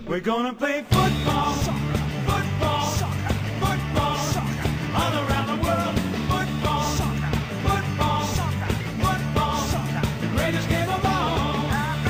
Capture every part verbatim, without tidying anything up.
We're gonna play football, football, football, all around the world. Football, football, football, the greatest game of all.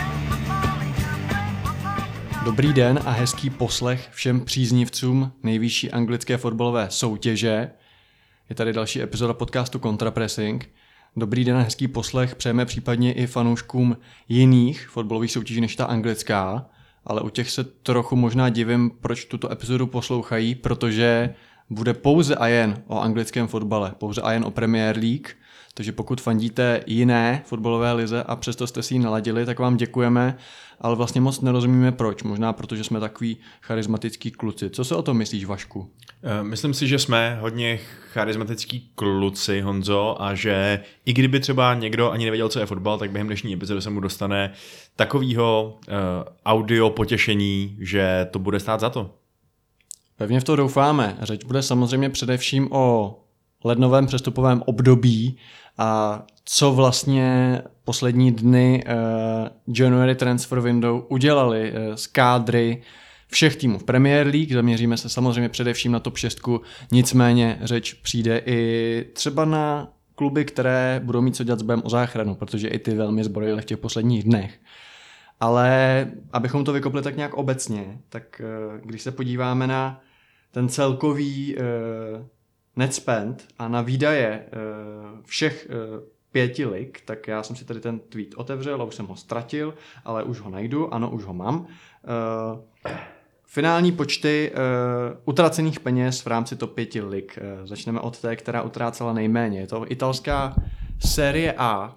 Dobrý den a hezký poslech všem příznivcům nejvyšší anglické fotbalové soutěže. Je tady další epizoda podcastu Contrapressing. Dobrý den a hezký poslech přejeme případně i fanouškům jiných fotbalových soutěží než ta anglická, ale u těch se trochu možná divím, proč tuto epizodu poslouchají, protože bude pouze a jen o anglickém fotbale, pouze a jen o Premier League, takže pokud fandíte jiné fotbalové lize a přesto jste si ji naladili, tak vám děkujeme, ale vlastně moc nerozumíme proč, možná protože jsme takový charismatický kluci. Co se o tom myslíš, Vašku? Myslím si, že jsme hodně charismatický kluci, Honzo, a že i kdyby třeba někdo ani nevěděl, co je fotbal, tak během dnešní epizody se mu dostane takovýho uh, audio potěšení, že to bude stát za to. Pevně v to doufáme. Řeč bude samozřejmě především o lednovém přestupovém období a co vlastně poslední dny uh, January Transfer Window udělali uh, z kádry všech týmů v Premier League. Zaměříme se samozřejmě především na top šest, nicméně řeč přijde i třeba na kluby, které budou mít co dělat s bojem o záchranu, protože i ty velmi zbrojily v těch posledních dnech. Ale abychom to vykopli tak nějak obecně, tak uh, když se podíváme na ten celkový uh, net spend a na výdaje uh, všech uh, pěti lig, tak já jsem si tady ten tweet otevřel a už jsem ho ztratil, ale už ho najdu, ano, už ho mám. Uh, finální počty uh, utracených peněz v rámci top pěti lig. Uh, začneme od té, která utrácela nejméně. Je to italská Serie A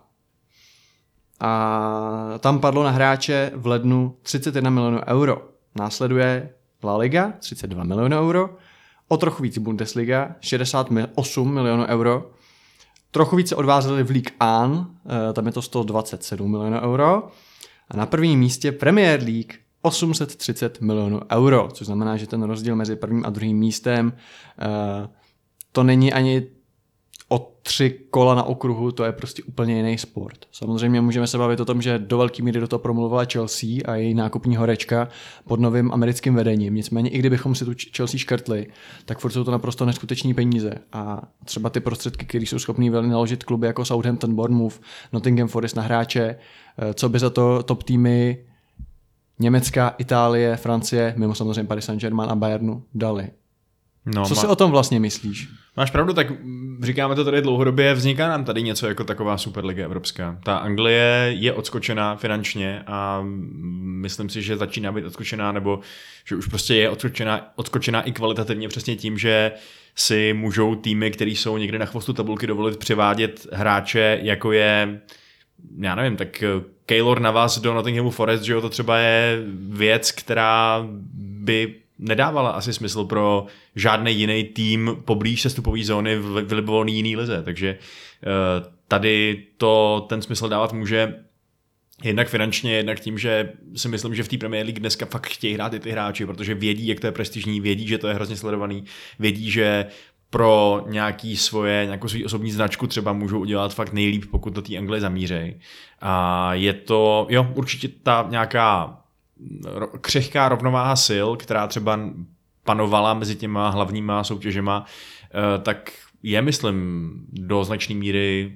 a tam padlo na hráče v lednu třicet jedna milionů euro. Následuje La Liga, třicet dva milionů euro, o trochu víc Bundesliga, šedesát osm milionů euro, trochu více odvázeli v Ligue jedna, tam je to sto dvacet sedm milionů euro, a na prvním místě Premier League osm set třicet milionů euro, což znamená, že ten rozdíl mezi prvním a druhým místem to není ani o tři kola na okruhu, to je prostě úplně jiný sport. Samozřejmě můžeme se bavit o tom, že do velké míry do toho promluvila Chelsea a její nákupní horečka pod novým americkým vedením. Nicméně i kdybychom si tu Chelsea škrtli, tak furt jsou to naprosto neskuteční peníze. A třeba ty prostředky, které jsou schopný naložit kluby jako Southampton, Bournemouth, Nottingham Forest na hráče, co by za to top týmy Německa, Itálie, Francie, mimo samozřejmě Paris Saint-Germain a Bayernu dali. No, Co má... si o tom vlastně myslíš? Máš pravdu, tak říkáme to tady dlouhodobě, vzniká nám tady něco jako taková Superliga evropská. Ta Anglie je odskočená finančně a myslím si, že začíná být odskočená, nebo že už prostě je odskočená, odskočená i kvalitativně přesně tím, že si můžou týmy, které jsou někde na chvostu tabulky, dovolit přivádět hráče, jako je, já nevím, tak Keylor Navas do Nottinghamu Forest, že jo, to třeba je věc, která by nedávala asi smysl pro žádný jiný tým poblíž sestupové zóny v libovolné jiný lize, takže tady to ten smysl dávat může jednak finančně, jednak tím, že si myslím, že v té Premier League dneska fakt chtějí hrát i ty hráči, protože vědí, jak to je prestižní, vědí, že to je hrozně sledovaný, vědí, že pro nějaký svoje, nějakou svou osobní značku třeba můžou udělat fakt nejlíp, pokud do té Anglie zamířej. A je to, jo, určitě ta nějaká křehká rovnováha sil, která třeba panovala mezi těma hlavníma soutěžema, tak je, myslím, do značné míry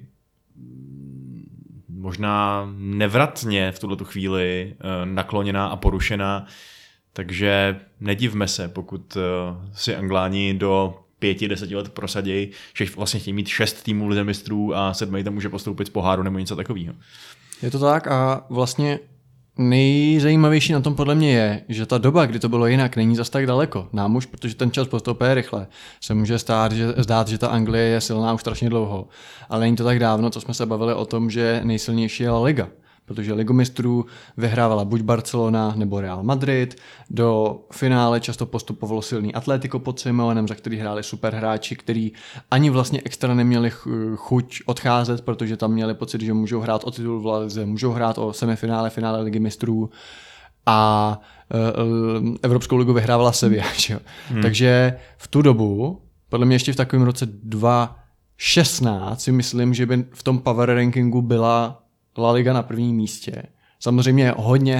možná nevratně v tuhletu chvíli nakloněná a porušená, takže nedivme se, pokud si Angláni do pěti, deseti let prosadějí, že vlastně chtějí mít šest týmů lize mistrů a sedmý tam může postoupit z poháru nebo něco takového. Je to tak a vlastně nejzajímavější na tom podle mě je, že ta doba, kdy to bylo jinak, není zas tak daleko. Nám už, protože ten čas postupuje rychle, se může stát, že, zdát, že ta Anglie je silná už strašně dlouho. Ale není to tak dávno, co jsme se bavili o tom, že nejsilnější je La Liga. Protože Ligu mistrů vyhrávala buď Barcelona nebo Real Madrid, do finále často postupovalo silný Atletico pod Simeonem, za který hráli super hráči, který ani vlastně extra neměli chuť odcházet, protože tam měli pocit, že můžou hrát o titul v lize, můžou hrát o semifinále, finále Ligy mistrů a uh, Evropskou ligu vyhrávala Sevilla. Hmm. Takže v tu dobu, podle mě ještě v takovém roce dva tisíce šestnáct si myslím, že by v tom power rankingu byla La Liga na prvním místě. Samozřejmě hodně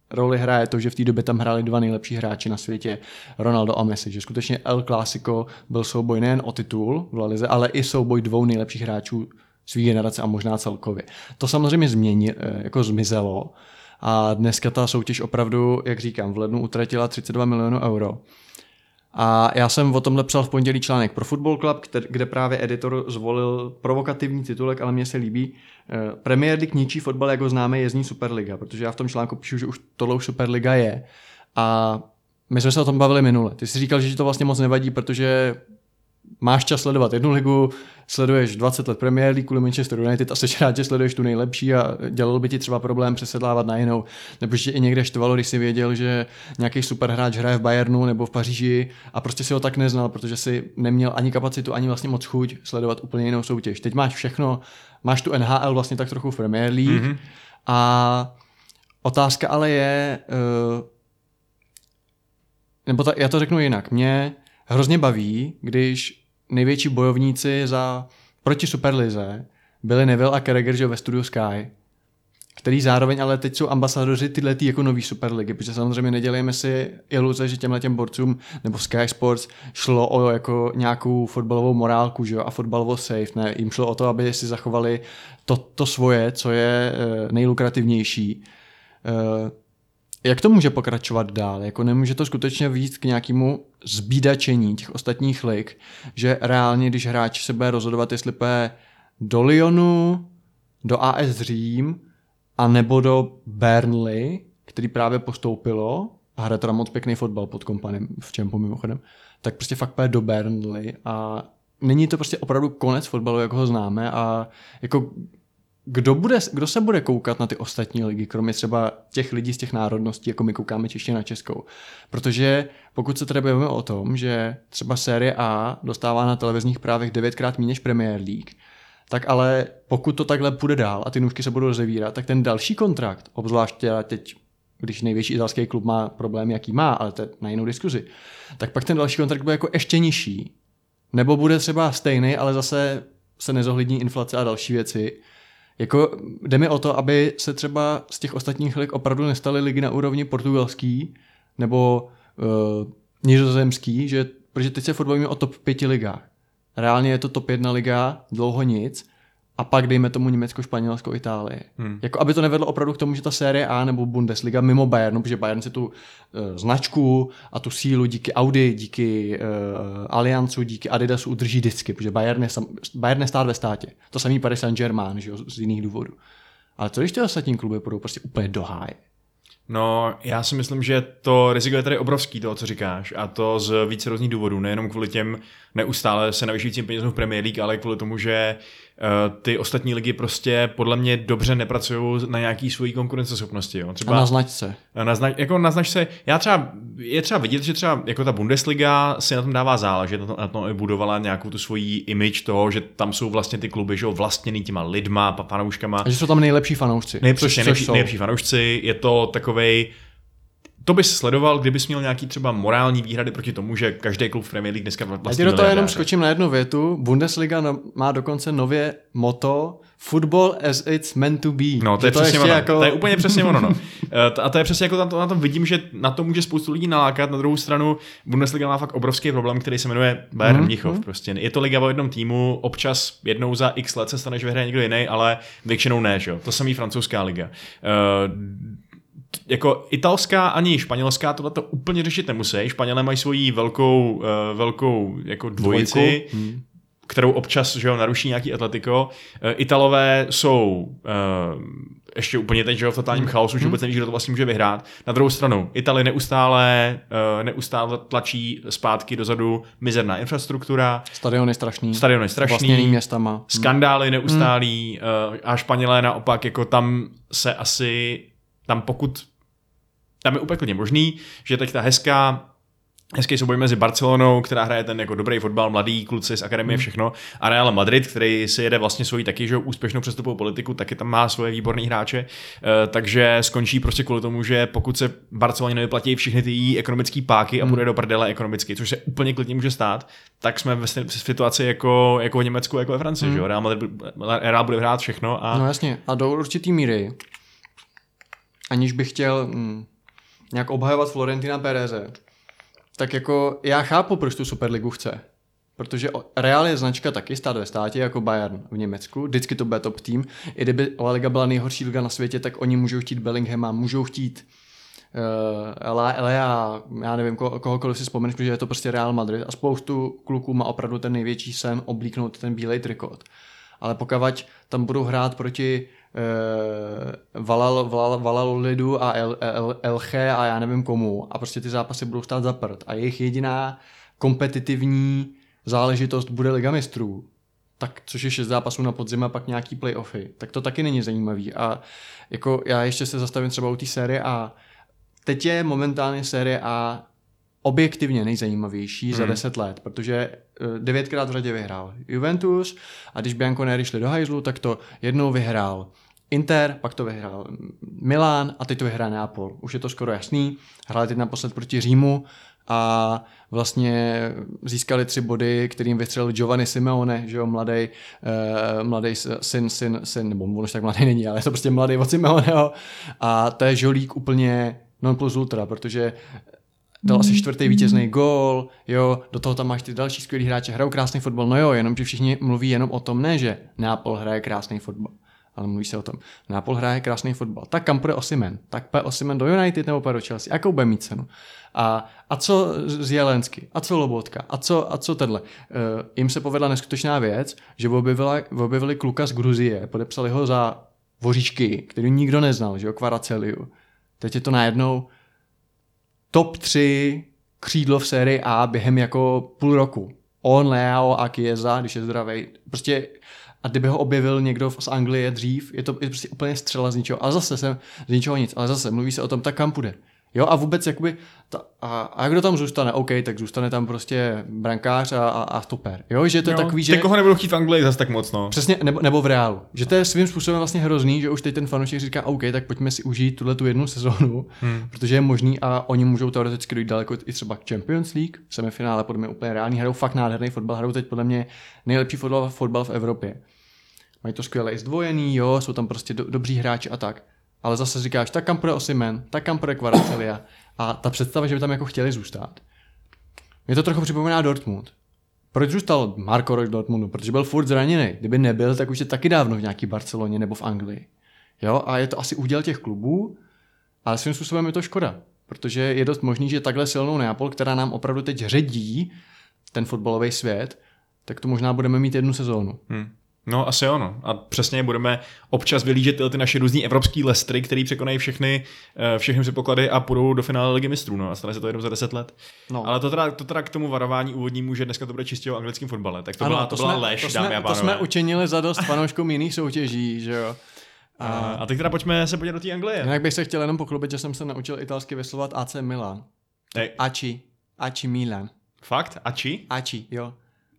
roli hraje to, že v té době tam hráli dva nejlepší hráči na světě, Ronaldo a Messi, že skutečně El Clásico byl souboj nejen o titul v La Lize, ale i souboj dvou nejlepších hráčů své generace a možná celkově. To samozřejmě změni, jako zmizelo a dneska ta soutěž opravdu, jak říkám, v lednu utratila třicet dva milionů euro. A já jsem o tomhle psal v pondělí článek pro Football Club, kde právě editor zvolil provokativní titulek, ale mně se líbí. Premier League ničí fotbal, jak ho známe, jezdní Superliga, protože já v tom článku píšu, že už tohle už Superliga je. A my jsme se o tom bavili minule. Ty jsi říkal, že ti to vlastně moc nevadí, protože máš čas sledovat jednu ligu, sleduješ dvacet let Premier League kvůli Manchester United a seš rád, že sleduješ tu nejlepší a dělalo by ti třeba problém přesedlávat na jinou. Nebo že i někde štvalo, když jsi věděl, že nějaký superhráč hraje v Bayernu nebo v Paříži a prostě si ho tak neznal, protože si neměl ani kapacitu, ani vlastně moc chuť sledovat úplně jinou soutěž. Teď máš všechno, máš tu N H L vlastně tak trochu v Premier League mm-hmm. a otázka ale je, nebo ta, já to řeknu jinak, mě hrozně baví, když největší bojovníci za proti Superlize byli Neville a Carragher, že ve studiu Sky, který zároveň ale teď jsou ambasadoři tyhletý jako nový Superligy, protože samozřejmě nedělejme si iluze, že těmhletěm borcům nebo Sky Sports šlo o jako nějakou fotbalovou morálku, že jo, a fotbalovou safe, ne, jim šlo o to, aby si zachovali to, to svoje, co je nejlukrativnější. Jak to může pokračovat dál? Jako nemůže to skutečně vít k nějakému zbídačení těch ostatních lig, že reálně, když hráč se bude rozhodovat, jestli půjde do Lyonu, do A S Řím, a nebo do Burnley, který právě postoupilo a hraje teda moc pěkný fotbal pod kompanem v Čempu mimochodem, tak prostě fakt půjde do Burnley a není to prostě opravdu konec fotbalu, jak ho známe a jako Kdo, bude, kdo se bude koukat na ty ostatní ligy, kromě třeba těch lidí z těch národností, jako my koukáme čeště na českou? Protože pokud se tady bavíme o tom, že třeba série A dostává na televizních právech devětkrát méně než Premier League, tak ale pokud to takhle půjde dál a ty nůžky se budou rozevírat, tak ten další kontrakt, obzvláště teď, když největší italský klub má problém, jaký má, ale to je na jinou diskuzi, tak pak ten další kontrakt bude jako ještě nižší. Nebo bude třeba stejný, ale zase se nezohlední inflace a další věci. Jako jde mi o to, aby se třeba z těch ostatních lig opravdu nestaly ligy na úrovni portugalský nebo uh, nizozemský, že, protože teď se furt bavíme o top pěti ligách. Reálně je to top jedna liga, dlouho nic, a pak dejme tomu Německo, Španělsko, Itálie. Hmm. Jako aby to nevedlo opravdu k tomu, že ta série A nebo Bundesliga mimo Bayernu, protože Bayern si tu uh, značku a tu sílu díky Audi, díky uh, Allianzu, díky Adidasu udrží vždycky, protože Bayern je, sam, Bayern je stát ve státě. To samý Paris Saint-Germain, že jo, z jiných důvodů. Ale co když ty ostatní kluby budou prostě úplně do háje? No, já si myslím, že to riziko je tady obrovský, toho, co říkáš, a to z více různých důvodů, nejenom kvůli těm neustále se navyšujícím penězům v Premier League, ale kvůli tomu, že uh, ty ostatní ligy prostě podle mě dobře nepracují na nějaký svojí konkurenceschopnosti. Jo. Třeba, a na značce. Na, zna, jako na značce, já třeba, je třeba vidět, že třeba jako ta Bundesliga si na tom dává záležet, na tom, na tom budovala nějakou tu svoji image toho, že tam jsou vlastně ty kluby, že jo, vlastněný těma lidma, fanouškama. A že jsou tam nejlepší fanoušci. Nejlepší, nejlepší, nejlepší fanoušci, je to takovej. To bys sledoval, kdybys měl nějaký třeba morální výhrady proti tomu, že každý klub v Premier League dneska vlastně. Já ti do toho jenom skočím na jednu větu. Bundesliga no, má dokonce nově motto Football as it's meant to be. No, to je, to, přesně ono. Jako... to je úplně přesně ono. No. A to je přesně jako na, to, na tom vidím, že na to může spoustu lidí nalákat. Na druhou stranu Bundesliga má fakt obrovský problém, který se jmenuje Bayern mm-hmm. Mnichov. Prostě. Je to liga o jednom týmu, občas jednou za x let se stane, že vyhraje někdo jiný, ale většinou ne. Že? To samý francouzská liga. Uh, jako italská ani španělská tohle to úplně řešit nemusí. Španělé mají svoji velkou, uh, velkou jako dvojici, hmm. kterou občas že jo, naruší nějaký Atletico. Uh, Italové jsou uh, ještě úplně teď že jo, v totálním hmm. chaosu, že vůbec neví, kdo to vlastně může vyhrát. Na druhou stranu, Italii neustále, uh, neustále tlačí zpátky dozadu mizerná infrastruktura. Stadion je strašný. Stadion je strašný. Vlastněný městama. Skandály neustálý hmm. uh, a Španělé naopak jako tam se asi tam pokud, tam je úplně klidně možný, že teď ta hezká, hezký souboj mezi Barcelonou, která hraje ten jako dobrý fotbal, mladý kluci z akademie, mm. všechno, a Real Madrid, který si jede vlastně svoji taky, že úspěšnou přestupovou politiku, taky tam má svoje výborný hráče, takže skončí prostě kvůli tomu, že pokud se Barceloně nevyplatí všechny ty ekonomické páky a bude mm. do prdele ekonomicky, což se úplně klidně může stát, tak jsme v situaci jako, jako v Německu, jako ve Francii, mm. že Real Madrid, Real bude hrát všechno. A... No jasně, a do určitý míry, aniž bych chtěl hm, nějak obhajovat Florentina Pereze, tak jako já chápu, proč tu Superligu chce. Protože Real je značka taky stát ve státě jako Bayern v Německu, vždycky to bude top tým. I kdyby La Liga byla nejhorší liga na světě, tak oni můžou chtít Bellinghama, můžou chtít uh, Lea, já nevím, ko- kohokoliv si vzpomeneš, protože je to prostě Real Madrid a spoustu kluků má opravdu ten největší sen oblíknout ten bílej trikot. Ale pokud tam budou hrát proti uh, Valal, Valal, Valalidu a El, El, Elche a já nevím komu a prostě ty zápasy budou stát za prd a jejich jediná kompetitivní záležitost bude Liga mistrů, tak což je šest zápasů na podzim a pak nějaký playoffy, tak to taky není zajímavý. A jako já ještě se zastavím třeba u té série A. Teď je momentálně série A objektivně nejzajímavější hmm. za deset let, protože devětkrát v řadě vyhrál Juventus a když Bianconeri šli do hajzlu, tak to jednou vyhrál Inter, pak to vyhrál Milán a teď to vyhrál Neapol. Už je to skoro jasný. Hráli teď naposled proti Římu a vlastně získali tři body, kterým vystřelil Giovanni Simeone, že jo, mladý, eh, mladý syn, syn, syn, nebo on už tak mladý není, ale je to prostě mladý od Simeoneho a to je žolík úplně non plus ultra, protože dal asi čtvrtý vítězný gól, jo, do toho tam máš ty další skvělý hráče, hrajou krásný fotbal, no jo, jenom že všichni mluví jenom o tom, ne, že Neapol hraje krásný fotbal, ale mluví se o tom, Neapol hraje krásný fotbal, tak kam půjde Osimhen, tak půjde Osimhen do United nebo půjde do Chelsea, jakou bude mít cenu? A, a co z Jelensky, a co Lobotka, a co, a co tenhle? Uh, jim se povedla neskutečná věc, že objevila, objevili kluka z Gruzie, podepsali ho za voříčky, který nikdo neznal, že jo, Kvaraceliu. Teď je to najednou top tři křídlo v sérii A během jako půl roku. On, Leao a Chiesa, když je zdravý. Prostě a kdyby ho objevil někdo z Anglie dřív, je to je prostě úplně střela z ničeho. A zase jsem z ničeho nic, ale zase mluví se o tom, tak kam půjde. Jo, a vůbec jakoby, ta, a, a kdo tam zůstane, OK, tak zůstane tam prostě brankář a, a, a stoper. Jo, že to je jo, takový, že... Ty koho nebudou chtít v Anglii zase tak moc, no. Přesně, nebo, nebo v Reálu. Že to je svým způsobem vlastně hrozný, že už teď ten fanoušek říká, OK, tak pojďme si užít tuhle tu jednu sezónu, hmm. protože je možný a oni můžou teoreticky dojít daleko i třeba k Champions League, semifinále podle mě úplně reálný, hrajou fakt nádherný fotbal, hrajou teď podle mě nejlepší fotbal, fotbal v Evropě. Mají to skvěle i zdvojený, jo, jsou tam prostě do, dobří hráči a tak. Ale zase říkáš, tak kam půjde Osimhen, tak kam půjde Kvaratskhelia. A ta představa, že by tam jako chtěli zůstat. Mě to trochu připomíná Dortmund. Proč zůstal Marco Reus v Dortmundu? Protože byl furt zraněný. Kdyby nebyl, tak už je taky dávno v nějaký Barceloně nebo v Anglii. Jo, a je to asi úděl těch klubů, ale svým způsobem je to škoda. Protože je dost možný, že takhle silnou Neapol, která nám opravdu teď ředí ten fotbalový svět, tak to možná budeme mít jednu sezónu. Hmm. No asi ono. A přesně budeme občas vylížet tyhle ty naše různý evropský Leicestery, který překonají všechny, všechny předpoklady a půjdou do finále Ligy mistrů. No a stane se to jednou za deset let. No. Ale to teda, to teda k tomu varování úvodnímu, že dneska to bude čistě o anglickém fotbale. Tak to ano, byla, to to byla jsme, lež, to dámy jsme, a pánové. To jsme učinili za dost fanouškům jiných soutěží, že jo. A, a teď teda pojďme se podívat do té Anglie. Jinak bych se chtěl jenom pochlubit, že jsem se naučil italsky vyslovovat A C Milan. Hey. Aci. Aci Milan. Fakt? Aci? Aci, jo.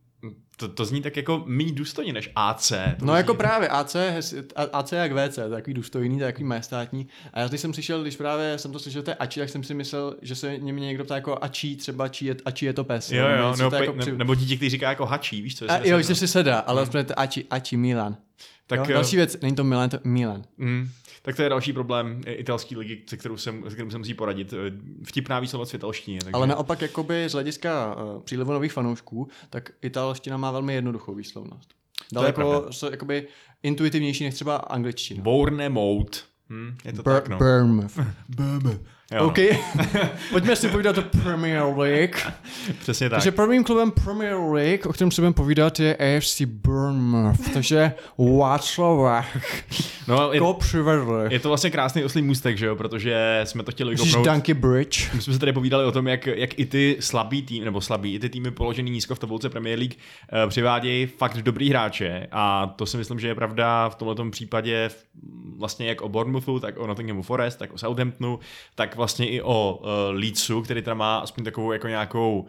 To, to zní tak jako méně důstojně než A C. No jako právě A C, A C jak V C, takový důstojný, takový majestátní. A já když jsem slyšel, když právě jsem to slyšel, to je Ači, tak jsem si myslel, že se mě někdo ptá jako Ači, třeba Ači je, Ači je to pes. Jo, jo, nebo, jako ne, při... nebo dítě, který říká jako Hačí, víš co? A, jo, že si sedá, ale hmm. to Ači, Ači Milan. Tak jo, další věc, není to Milan, to Milan. Mm, tak to je další problém italské ligy, se kterou se, se kterým se musí poradit. Vtipná výslovnost v italštině. Takže... Ale naopak jakoby z hlediska uh, přílivu nových fanoušků, tak italština má velmi jednoduchou výslovnost. Daleko se, jakoby intuitivnější než třeba angličtina. Bournemouth. Hm, je to Bur- tak, no. Bournemouth. Bournemouth. OK. Pojďme si povídat o Premier League. Přesně tak. Takže prvním klubem Premier League, o kterém se budeme povídat, je A F C Bournemouth. Takže Václavák. No, je, Koho přivedli? Je to vlastně krásný oslý můstek, že jo, protože jsme to chtěli kopnout. Dunky Bridge. My jsme se tady povídali o tom, jak, jak i ty slabý tým, nebo slabý, i ty týmy položený nízko v tabulce Premier League uh, přivádějí fakt dobrý hráče a to si myslím, že je pravda v tomto případě vlastně jak o Bournemouthu, tak o Nottinghamu Forest, tak o Southamptonu, tak vlastně i o uh, Leedsu, který tam má aspoň takovou jako nějakou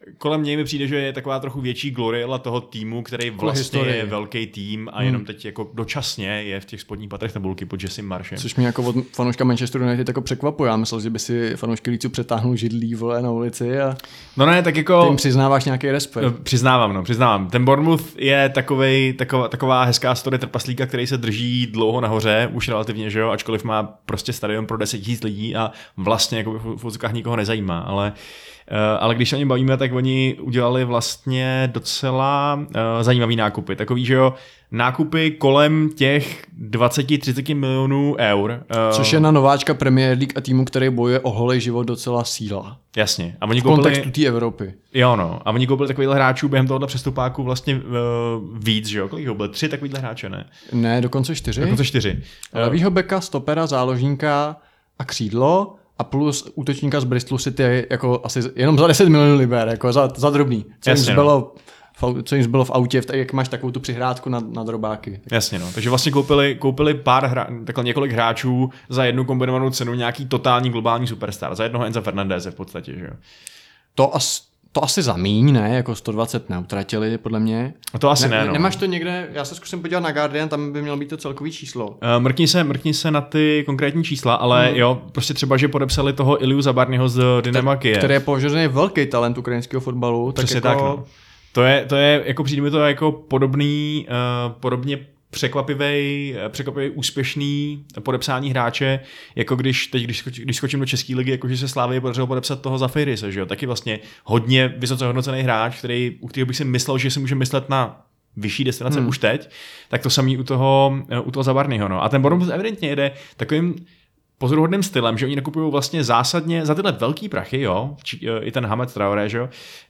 kolem něj mi přijde, že je taková trochu větší gloriela toho týmu, který vlastně historie. je velký tým a jenom teď jako dočasně je v těch spodních patrech tabulky pod Jessim Maršem. Což mě jako od fanouška Manchester United jako překvapuje. Já myslel, že by si fanoušky Leedsu přetáhnul židlí, vole, na ulici a No ne, tak jako... ty jim přiznáváš nějaký respekt. No, přiznávám, no, přiznávám. Ten Bournemouth je takovej, taková, taková hezká story trpaslíka, který se drží dlouho nahoře, už relativně, že jo, ačkoliv má prostě stadion pro deset tisíc lidí a vlastně jako v fotkách nikoho nezajímá, ale ale když se o něm bavíme, tak oni udělali vlastně docela uh, zajímavý nákupy. Takový, že jo, nákupy kolem těch dvacet třicet milionů eur. Uh, Což je na nováčka Premier League a týmu, který bojuje o holej život, docela síla. Jasně. A oni V koupili, kontextu té Evropy. Jo no. A oni koupili takovýhle hráčů během tohohle přestupáku vlastně uh, víc, že jo? Kolik ho bylo? Tři takovýhle hráče, ne? Ne, dokonce čtyři. Dokonce čtyři. Levýho beka, stopera, záložníka a křídlo a plus útočníka z Bristolu City jako asi jenom za deset milionů liber, jako za, za drobný. Co jim, Jasně, zbylo, v, co jim zbylo v autě, tak jak máš takovou tu přihrádku na, na drobáky. Jasně, no. Takže vlastně koupili, koupili pár hra, takhle několik hráčů za jednu kombinovanou cenu, nějaký totální globální superstar. Za jednoho Enza Fernandeze v podstatě, že jo. To, as, to asi zamíň, ne? Jako sto dvacet neutratili, podle mě. A to asi ne, ne no. Nemáš to někde, já se zkusím podívat na Guardian, tam by mělo být to celkový číslo. Uh, mrkni se, mrkni se na ty konkrétní čísla, ale hmm. jo, prostě třeba, že podepsali toho Iliu Zabarnyho z Dynama Kyjev. Který je považovaný velký talent ukrajinského fotbalu. Přesně tak, jako... tak, no. To je, to je, jako přijde mi to jako podobný, uh, podobně překvapivý, překvapivý úspěšný podepsání hráče, jako když teď, když, skoč, když skočím do České ligy, jakože se Slávě podařilo podepsat toho Zafirise, že jo, taky vlastně hodně vysoce hodnocený hráč, který, u kterého bych si myslel, že si může myslet na vyšší destinace hmm. už teď, tak to samý u toho, u toho Zabarnyho, no. A ten Bournemouth evidentně jede takovým pozoruhodným stylem, že oni nakupují vlastně zásadně za tyhle velký prachy, jo, či, i ten Hamed Traoré, že jo,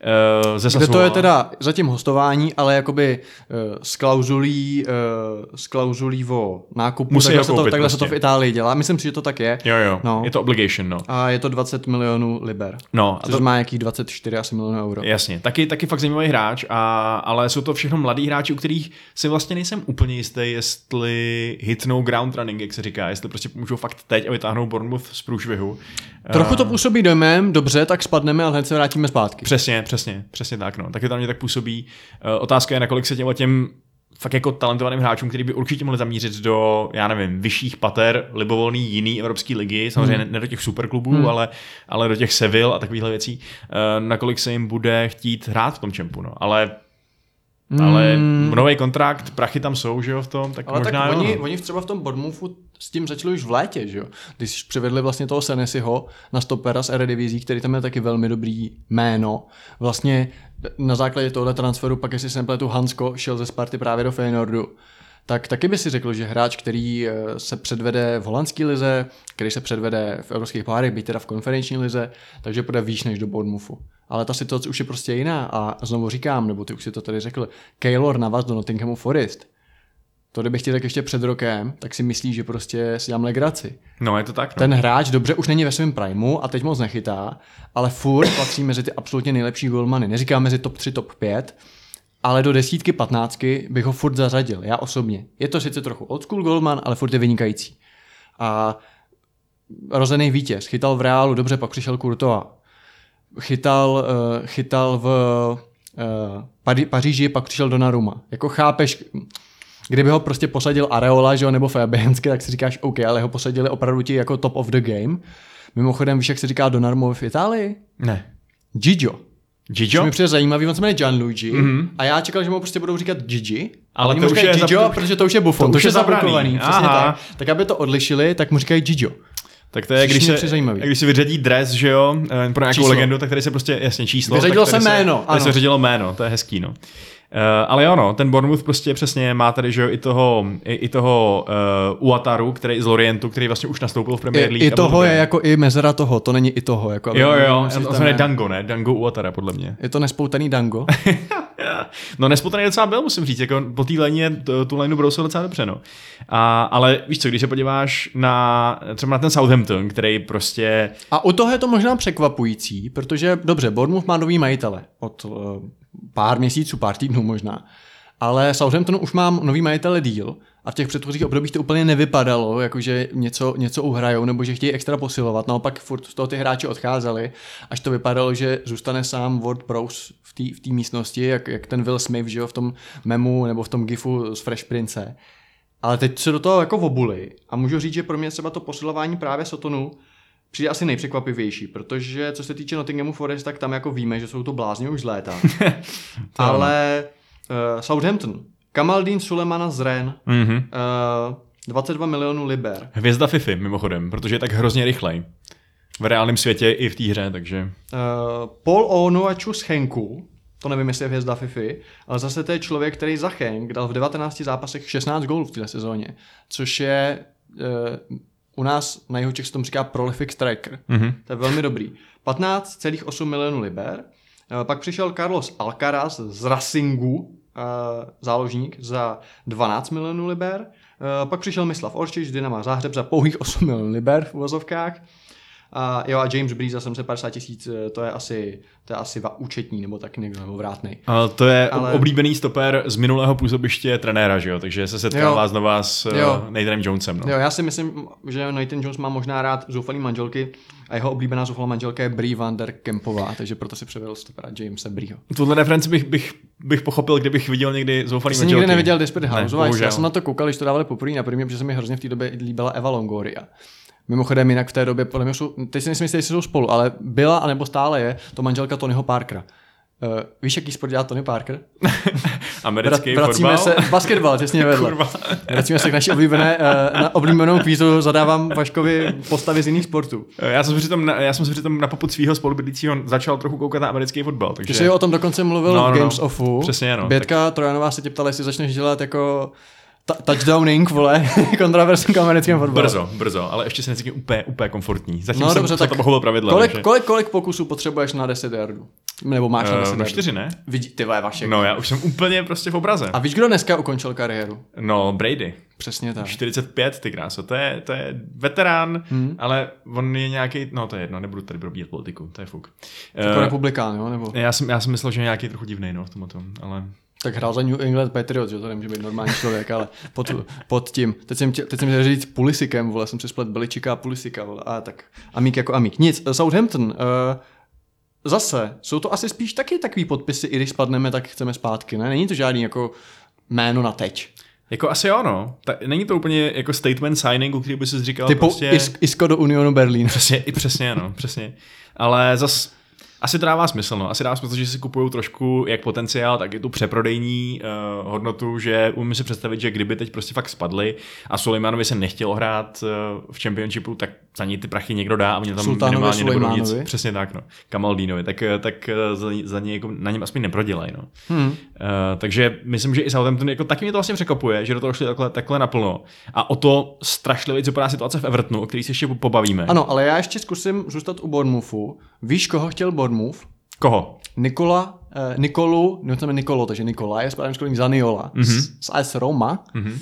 ze Kde to je teda zatím hostování, ale jakoby uh, s klauzulí, uh, s klauzulí o nákupu, musí takhle, se to, takhle prostě. se to v Itálii dělá. Myslím si, že to tak je. Jo, jo, no. Je to obligation, no. A je to dvacet milionů liber. No. Což to má jakých dvacet čtyři asi milionů euro. Jasně, taky, taky fakt zajímavý hráč, a, ale jsou to všechno mladí hráči, u kterých si vlastně nejsem úplně jistý, jestli hitnou ground running, jak se říká, jestli prostě můžou fakt teď a vytáhnou Bournemouth z průšvihu. Trochu to působí dojmem, dobře, tak spadneme, ale hned se vrátíme zpátky. Přesně, přesně, přesně tak, no. Taky tam mě tak působí. Otázka je, nakolik se těm těm fakt jako talentovaným hráčům, který by určitě mohli zamířit do, já nevím, vyšších pater libovolný jiný evropské ligy, samozřejmě hmm. ne do těch superklubů, hmm. ale, ale do těch Seville a takovýchhle věcí, nakolik se jim bude chtít hrát v tom čempu, no. Ale ale nový kontrakt, prachy tam jsou, že jo, v tom, tak ale možná tak jo, oni, no. oni třeba v tom Bournemouthu s tím začali už v létě, že jo. Když přivedli vlastně toho Senesiho na stopera z Eredivizí, který tam je taky velmi dobrý jméno. Vlastně na základě tohoto transferu, pak jestli se nepletu, Hansko šel ze Sparty právě do Feyenoordu. Tak taky by si řekl, že hráč, který se předvede v holandské lize, který se předvede v evropských pohárech, byť teda v konferenční lize, takže půjde výš než do Bournemouthu. Ale ta situace už je prostě jiná a znovu říkám, nebo ty už si to tady řekl, Keylor Navas do Nottinghamu Forest. To kdybych ti tak ještě před rokem, tak si myslíš, že prostě si dám legraci. No, je to tak. No. Ten hráč dobře už není ve svém primu a teď moc nechytá, ale furt patří mezi ty absolutně nejlepší golmany. Neříkám mezi top tři, top pět, ale do desítky, patnáctky bych ho furt zařadil, já osobně. Je to sice trochu old school golman, ale furt je vynikající. A rozený vítěz, chytal v Reálu, dobře, pak přišel Courtois. Chytal, uh, chytal v uh, Paří, Paříži, pak přišel Donnarumma. Jako chápeš, kdyby ho prostě posadil Areola, že jo, nebo Fabianski, tak si říkáš OK, ale ho posadili opravdu ti jako top of the game. Mimochodem, víš, jak se říká Donnarumma v Itálii? Ne. Gigio. Gigio? To mi přijde zajímavý, on se jmenuje Gianluigi mm-hmm. a já čekal, že mu prostě budou říkat Gigi, ale to už je Gigio, zabr... protože to už je Buffon, to, to už je zablokovaný. Přesně tak. Tak aby to odlišili, tak mu říkají Gigio. Tak to je, když se, když se vyřadí dres, že jo, pro nějakou číslo. Legendu, tak tady se prostě, jasně, číslo. Vyřadilo se jméno, se, ano. Tady se vyřadilo jméno, to je hezký, no. Uh, ale jo, no, ten Bournemouth prostě přesně má tady, že jo, i toho, i, i toho uh, Uataru, který z Lorientu, který vlastně už nastoupil v Premier League. I, i toho je jako i mezera toho, to není i toho. Jako, jo, jo, to se jmenuje Dango, ne? Dango Uatara, podle mě. Je to nespoutaný Dango? No nespoutaný docela byl, musím říct, jako po té léně tu lénu brousil docela dobře, no. A, ale víš co, když se podíváš na třeba na ten Southampton, který prostě... A u toho je to možná překvapující, protože dobře, Bournemouth má nový majitele od uh, pár měsíců, pár týdnů možná, ale Southampton už má nový majitele deal A v těch předchozích obdobích to úplně nevypadalo, jakože něco, něco uhrajou, nebo že chtějí extra posilovat. Naopak furt z toho ty hráči odcházeli, až to vypadalo, že zůstane sám Ward Prowse v té v té místnosti, jak, jak ten Will Smith, že jo, v tom memu nebo v tom gifu z Fresh Prince. Ale teď se do toho jako obuli a můžu říct, že pro mě třeba to posilování právě Sotonu přijde asi nejpřekvapivější, protože co se týče Nottinghamu Forest, tak tam jako víme, že jsou to blázni už z léta. Ale uh, Southampton, Kamaldeen Sulemana z Rennes, Mm-hmm. uh, dvacet dva milionů liber. Hvězda Fifi, mimochodem, protože je tak hrozně rychlej. V reálném světě i v té hře, takže... Uh, Paul Onuachu z Henku, to nevím, jestli je hvězda Fifi, ale zase to je člověk, který za Henk dal v devatenácti zápasech šestnáct gólů v této sezóně, což je uh, u nás na Jihočech se tomu říká prolific striker. Mm-hmm. To je velmi dobrý. patnáct celá osm milionů liber. Uh, pak přišel Carlos Alcaraz z Racingu, uh, záložník, za dvanáct milionů liber. Uh, pak přišel Mislav Orčič z Dynama Záhřeb za pouhých osm milionů liber v uvozovkách. A jo, a James Breeze za sedm set padesát tisíc, to je asi, to je asi účetní, nebo taky někdo, nebo vrátnej. Ale to je Ale... oblíbený stoper z minulého působiště trenéra, že jo? Takže se setkává znova s uh, Nathanem Jonesem. No. Jo, já si myslím, že Nathan Jones má možná rád zoufalý manželky a jeho oblíbená zoufalá manželka je Brie van der Kempová, takže proto si převedl stopera Jamesa Brieho. Tuhle referenci bych, bych, bych pochopil, kdybych viděl někdy zoufalý Jsi manželky. nikdy neviděl Desperate Housewives? Ne, já jsem na to koukal, když to dávali poprvé na první, protože se mi hrozně v té době líbila Eva Longoria. Mimochodem jinak v té době, podle mě jsou, teď si nejsem jistý, jestli jsou spolu, ale byla, anebo stále je, to manželka Tonyho Parkera. Uh, víš, jaký sport dělá Tony Parker? Americký Vra- vracíme fotbal? se, basketbal, těsně vedle. Vracíme se k naší oblíbené, uh, na oblíbenou kvízu, zadávám Vaškovi postavy z jiných sportů. Já jsem si přitom na, já jsem si přitom na popud svého spolubydlícího začal trochu koukat na americký fotbal. Takže... Ty jsi o tom dokonce mluvil no, v no, Games no. Offu. Přesně, ano. Bětka tak... Trojanová se tě ptala, jestli začneš dělat jako ta- touchdowning, vole, kontraverzní k americkém fotbalu. Brzo, brzo, ale ještě se necítím úplně, úplně komfortní. Zatím no, jsem dobře, se tak to pochopil pravidla. Kolik, takže... kolik, kolik pokusů potřebuješ na deset yardů? Nebo máš na deset uh, yardů? Na čtyři, ne? Vidí, ty vole, Vašek. No, já už jsem úplně prostě v obraze. A víš, kdo dneska ukončil kariéru? No, Brady. Přesně tak. čtyřicet pět, ty kráso, to je, to je veterán, hmm. ale on je nějaký, no to je jedno, nebudu tady probíhat politiku, to je fuk. Jako Uh, republikán, jo? Nebo... já, jsem, já jsem myslel, že je nějaký trochu divnej, no, v tomhle tom, ale... Tak hrál za New England Patriots, že to nemůže být normální člověk, ale pod, pod tím. Teď jsem, tě, teď jsem chtěl říct Pulisikem, vole, jsem si splet Beličika a Pulisika, vole, a tak amík jako amík. Nic, Southampton, uh, zase, jsou to asi spíš taky takový podpisy, i když spadneme, tak chceme zpátky, ne? Není to žádný jako jméno na teď. Jako asi jo, no. Ta, není to úplně jako statement signing, u který by si říkal Typu prostě... Is, Isco do Unionu Berlín. Přesně, i přesně, no, přesně. Ale zas... Asi to dává smysl, no. Asi dává smysl, že si kupují trošku jak potenciál, tak i tu přeprodejní uh, hodnotu, že umím si představit, že kdyby teď prostě fakt spadli a Sulejmanovi se nechtělo hrát uh, v Championshipu, tak za ní ty prachy někdo dá a oni tam Sultánovi minimálně nebudou nic. Sulejmánovi. Přesně tak, no. Kamaldínovi, tak, tak za, za ně jako na něm aspoň neprodělají, no. Hmm. Uh, takže myslím, že i Southampton, jako taky mě to vlastně překvapuje, že do toho šli takhle, takhle naplno. A o to strašlivě vypadá situace v Evertonu, o který se ještě pobavíme. Ano, ale já ještě zkusím zůstat u Bournemouthu. Víš, koho chtěl Bournemouth? Koho? Nikola, eh, Nikolu, no to je Nikolo, takže Nikola je správně školní Zaniola mm-hmm. z, z A S Roma. Mm-hmm.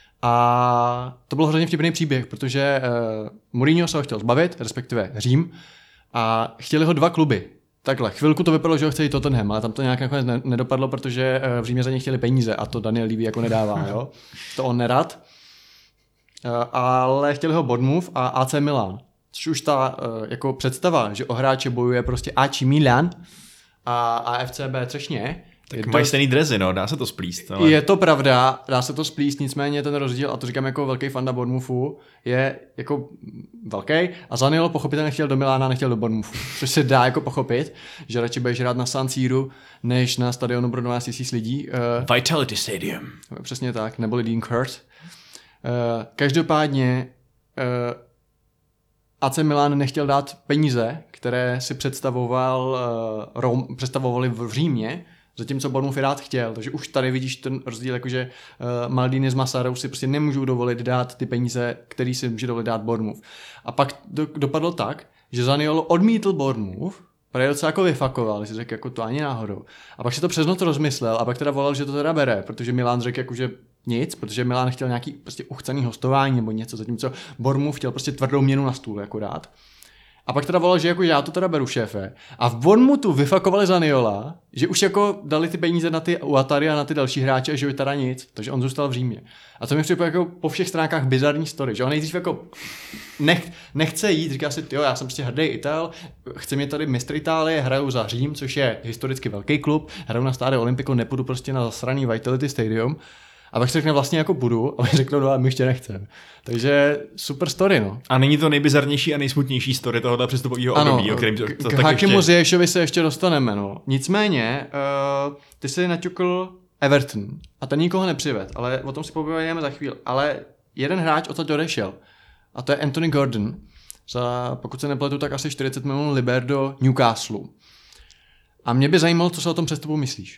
A to byl hrozně vtipný příběh, protože eh, Mourinho se ho chtěl zbavit, respektive Řím, a chtěli ho dva kluby. Takhle, chvilku to vypadalo, že ho chtěli Tottenham, ale tam to nějak nakonec ne- nedopadlo, protože eh, v Římě za ně chtěli peníze a to Daniel Levy jako nedává, jo. To on nerad. Eh, ale chtěli ho Bournemouth a A C Milan. Což už ta uh, jako představa, že o hráče bojuje prostě A C Milan a A F C B Třešně. Tak mají stejný drezy, no, dá se to splíst. Ale... Je to pravda, dá se to splíst, nicméně ten rozdíl, a to říkám jako velký fanda Bournemouthu, je jako velký a Zaniolo pochopitelně chtěl do Milána, nechtěl do Bournemouthu, což se dá jako pochopit, že radši budeš hrát na San Siru, než na stadionu pro dvanáct tisíc lidí. Uh, Vitality Stadium. Přesně tak, neboli Dean Kurt. Uh, každopádně uh, A C Milan nechtěl dát peníze, které si představoval, uh, Rom, představovali v Římě, zatímco Bournemouth rád chtěl. Takže už tady vidíš ten rozdíl, jakože uh, Maldini s Masarou si prostě nemůžou dovolit dát ty peníze, které si může dovolit dát Bournemouth. A pak do, dopadlo tak, že Zaniolo odmítl Bournemouth, protože docela jako vyfakoval, si řekl, jako to ani náhodou. A pak si to přes noc rozmyslel a pak teda volal, že to teda bere, protože Milan řekl, jako, že nic, protože Milan chtěl nějaký prostě uchcený hostování nebo něco, zatímco Bournemouth chtěl prostě tvrdou měnu na stůl akorát. A pak teda volal, že jako já to teda beru, šéfe. A v Bournemouthu vyfakovali Zaniola, že už jako dali ty peníze na ty Ouattary a na ty další hráče a že teda nic, takže on zůstal v Římě. A to mi připadá jako po všech stránkách bizarní story, že on nejdřív jako nech, nechce jít, říká si, jo, já jsem prostě hrdý Ital, chci mě tady mistr Itálie, hraju za Řím, což je historicky velký klub, hraju na Stade Olimpico, nepůjdu prostě na zasraný Vitality Stadium. A pak se řekne vlastně jako budu, ale řeknou, no a my ještě nechceme. Takže super story, no. A není to nejbizarnější a nejsmutnější story tohohle přestupového období, o kterém to, to k tak Hakimu ještě... Ziyeshovi se ještě dostaneme, no. Nicméně, uh, ty si naťukl Everton a ten nikoho nepřived, ale o tom si pověděme za chvíli. Ale jeden hráč odsaď odešel a to je Anthony Gordon. Za, pokud se nepletu, tak asi čtyřicet milionů liber do Newcastle. A mě by zajímalo, co se o tom přestupu myslíš.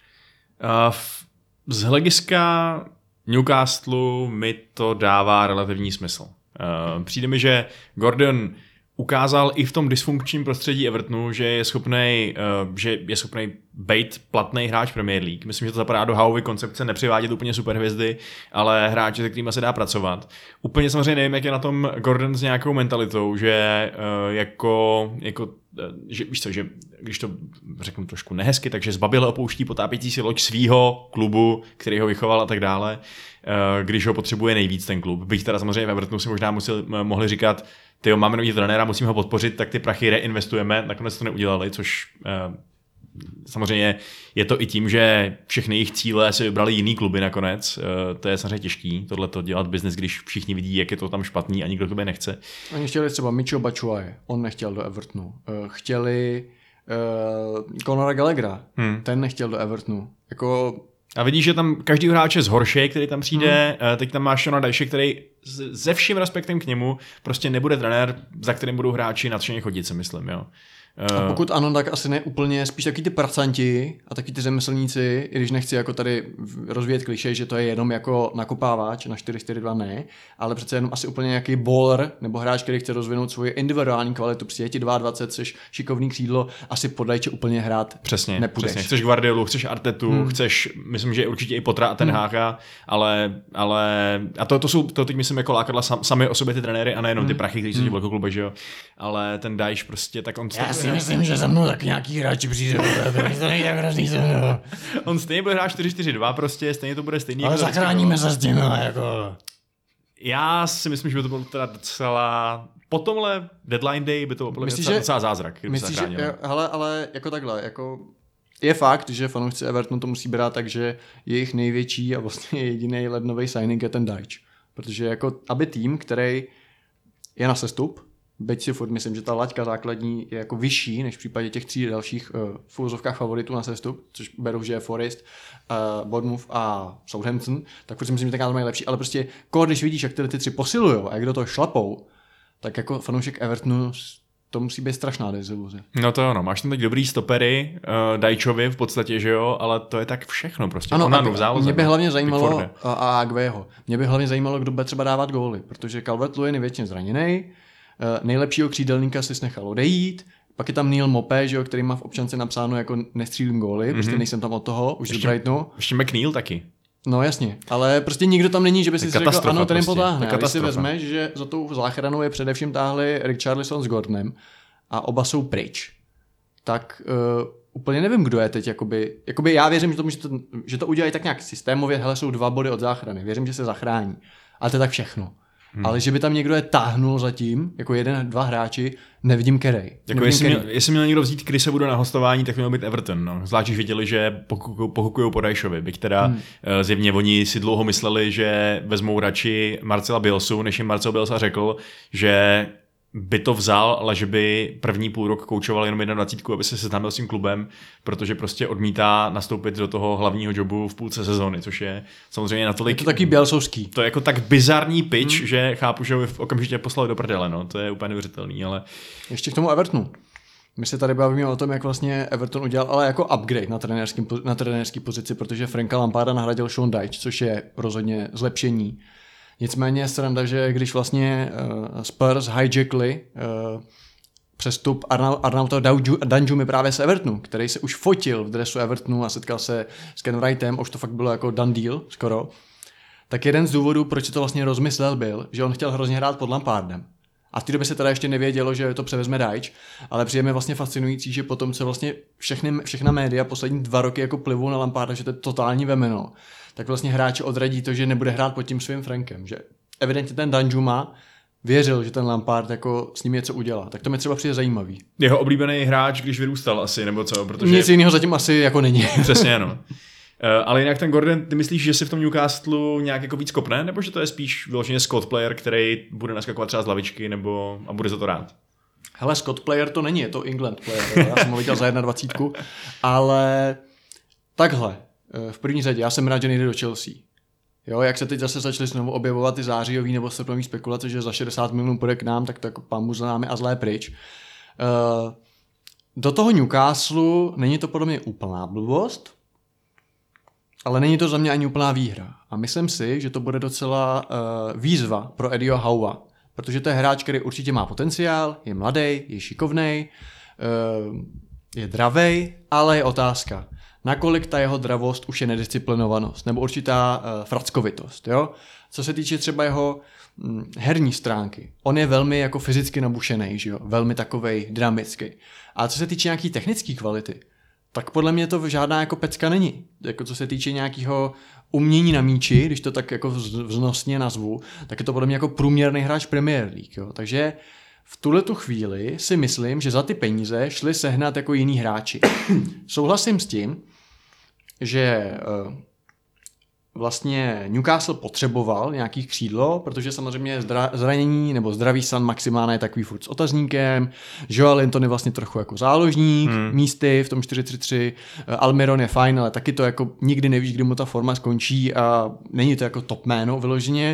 Uh, z hlediska Newcastle mi to dává relativní smysl. Uh, přijde mi, že Gordon ukázal i v tom dysfunkčním prostředí Evertonu, že je schopný, uh, že je schopný být platný hráč Premier League. Myslím, že to zapadá do Howeovy koncepce nepřivádět úplně superhvězdy, ale hráče, se kterými se dá pracovat. Úplně samozřejmě nevím, jak je na tom Gordon s nějakou mentalitou, že uh, jako, jako uh, že, víš co, že když to řeknu trošku nehezky, takže zbaběle opouští potápějící si loď svýho klubu, který ho vychoval a tak dále, uh, když ho potřebuje nejvíc ten klub. Byť teda samozřejmě v Evertonu si možná musel, mohli říkat, tyjo, máme nový trenéra, musíme ho podpořit, tak ty prachy reinvestujeme, nakonec to neudělali, což uh, samozřejmě je to i tím, že všechny jejich cíle si vybrali jiný kluby nakonec, uh, to je samozřejmě těžký, tohleto dělat business, když všichni vidí, jak je to tam špatný a nikdo to nechce. Oni chtěli třeba Micho Batshuayi, on nechtěl do Evertonu. Uh, chtěli uh, Conora Gallaghera, hmm. ten nechtěl do Evertonu. Jako... A vidíš, že tam každý hráč je zhorší, který tam přijde, hmm. teď tam máš Shona Dyche, který se vším respektem k němu prostě nebude trenér, za kterým budou hráči nadšeně chodit, si myslím, jo. A pokud ano, tak asi ne úplně, spíš taky ty pracanti a taky ty řemeslníci, i když nechci jako tady rozvíjet klišej, že to je jenom jako nakopávač na čtyři čtyři dva, ne, ale přece jenom asi úplně nějaký bowler nebo hráč, který chce rozvinout svoji individuální kvalitu, přijde ti dvacet dva, jsi šikovný křídlo, asi podajče úplně hrát přesně, nepůjdeš. Přesně, chceš Guardiolu, chceš Artetu, hmm. chceš, myslím, že určitě i Pottera a ten hmm. Háka, ale, ale a to, to jsou, to teď myslím jako lákadla sam, sami o sobě ty trenéry a nejenom hmm. ty prachy, kteří jsou hmm. v velkoklube, že jo, ale ten Dyche prostě, tak on... Já si myslím, že za mnou tak nějaký hráči přijde, to nejde hrozný. On stejně bude hrát čtyři čtyři dva prostě, stejně to bude stejný. Ale jako zachráníme se s tím, jako... Já si myslím, že by to bylo teda docela... Po tomhle deadline day by to bylo myslíš, docela, docela zázrak. Myslíš, že, hele, ale jako takhle, jako... Je fakt, že fanoušci Evertonu to musí brát tak, že jejich největší a vlastně jediný lednový signing je ten Dyche. Protože jako, aby tým, který je na sestup, byť si furt myslím, že ta laťka základní je jako vyšší než v případě těch tří dalších uh, v úvozovkách favoritů na sestup, což beru, že je Forest, uh, Bournemouth a Southampton, tak furt si myslím, že tak mají lepší, ale prostě koho, když vidíš, jak tyhle ty tři posilujou a jak do toho šlapou, tak jako fanoušek Evertonu to musí být strašná deziluze. No to ano, máš tam teď dobrý stopery, uh, Dychovi v podstatě, že jo, ale to je tak všechno prostě. Ano, Onanu v záloze. Mě by hlavně zajímalo, a, a Agüeho, mě by hlavně zajímalo, kdo bude třeba dávat góly, protože Calvert-Lewin je většině zraněný. Uh, nejlepšího křídelníka si nechal odejít, pak je tam Neil Mopé, že jo, který má v občance napsáno jako nestřílím góly, mm-hmm. prostě nejsem tam od toho, už ještě, z Brightonu. Ještě McNeil taky. No jasně, ale prostě nikdo tam není, že by si řekl, ano, ten prostě. potáhne. A když si vezmeš, že za tou záchranou je především táhli Richarlison s Gordonem a oba jsou pryč, tak uh, úplně nevím, kdo je teď, jakoby, jakoby já věřím, že to, že to, že to udělají tak nějak systémově, hele, jsou dva body od záchrany, věřím, že se zachrání, ale to je tak všechno. Hmm. Ale že by tam někdo je táhnul zatím, jako jeden, dva hráči, nevidím kerej. Jako jestli, měl, jestli měl někdo vzít, kdy se budou na hostování, tak měl být Everton. No. Zvlášť, když viděli, že pohukují po Dychovi. Byť teda hmm. zjevně oni si dlouho mysleli, že vezmou radši Marcela Bielsu, než jim Marcel Bielsa řekl, že by to vzal, ale že by první půl rok koučoval jenom dvacet jedna, aby se seznámil s tím klubem, protože prostě odmítá nastoupit do toho hlavního jobu v půlce sezóny, což je samozřejmě natolik... Je to taky bielsovský. To je jako tak bizarní pitch, hmm. že chápu, že ho okamžitě poslali do prdele, no, to je úplně neuvěřitelný, ale... Ještě k tomu Evertonu. My se tady bavíme o tom, jak vlastně Everton udělal, ale jako upgrade na trenérský, na trenérský pozici, protože Franka Lamparda nahradil Sean Dyche, což je rozhodně zlepšení. Nicméně sranda, že když vlastně uh, Spurs hijackli uh, přestup Arna- Arnauta Danjuma právě z Evertonu, který se už fotil v dresu Evertonu a setkal se s Ken Wrightem, už to fakt bylo jako done deal skoro, tak jeden z důvodů, proč si to vlastně rozmyslel, byl, že on chtěl hrozně hrát pod Lampardem. A v té době se teda ještě nevědělo, že to převezme Dajč, ale přijde mi vlastně fascinující, že potom se vlastně všechny, všechna média poslední dva roky jako plivou na Lamparda, že to je totální vemeno, tak vlastně hráče odradí to, že nebude hrát pod tím svým Frankem, že evidentně ten Danjuma věřil, že ten Lampard jako s ním něco udělá. Tak to mi třeba přijde zajímavý. Jeho oblíbený hráč, když vyrůstal asi, nebo co? Protože... Nic jiného zatím asi jako není. Přesně, no. Ale jinak ten Gordon, ty myslíš, že si v tom Newcastlu nějak jako víc kopne, nebo že to je spíš vyloženě Scott player, který bude naskakovat třeba z lavičky, nebo a bude za to rád? Hele, Scott player to není, je to England player. Já jsem ho viděl za dvacet jedna, ale takhle, v první řadě, já jsem rád, že nejde do Chelsea. Jo, jak se teď zase začaly znovu objevovat ty zářijový nebo srpnový spekulace, že za šedesát milionů půjde k nám, tak to jako pán mu za námi a zlé pryč. Uh, do toho Newcastle není to podle mě úplná blbost, ale není to za mě ani úplná výhra. A myslím si, že to bude docela uh, výzva pro Eddieho Howa, protože to je hráč, který určitě má potenciál, je mladý, je šikovnej, uh, je dravej, ale je otázka, nakolik ta jeho dravost už je nedisciplinovanost, nebo určitá uh, frackovitost. Jo? Co se týče třeba jeho hm, herní stránky, on je velmi jako fyzicky nabušený, že jo? Velmi takovej dynamický. A co se týče nějaký technické kvality, tak podle mě to žádná jako pecka není. Jako co se týče nějakého umění na míči, když to tak jako vznosně nazvu, tak je to podle mě jako průměrný hráč Premier League. Jo? Takže v tuhletu chvíli si myslím, že za ty peníze šli sehnat jako jiní hráči. Souhlasím s tím, že uh, vlastně Newcastle potřeboval nějaký křídlo, protože samozřejmě zdra- zranění nebo zdravý San Maximán je takový furt s otazníkem, Joel Linton je vlastně trochu jako záložník, hmm. místy v tom čtyři tři tři, Almiron je fajn, ale taky to jako nikdy nevíš, kdy mu ta forma skončí a není to jako top jméno vyloženě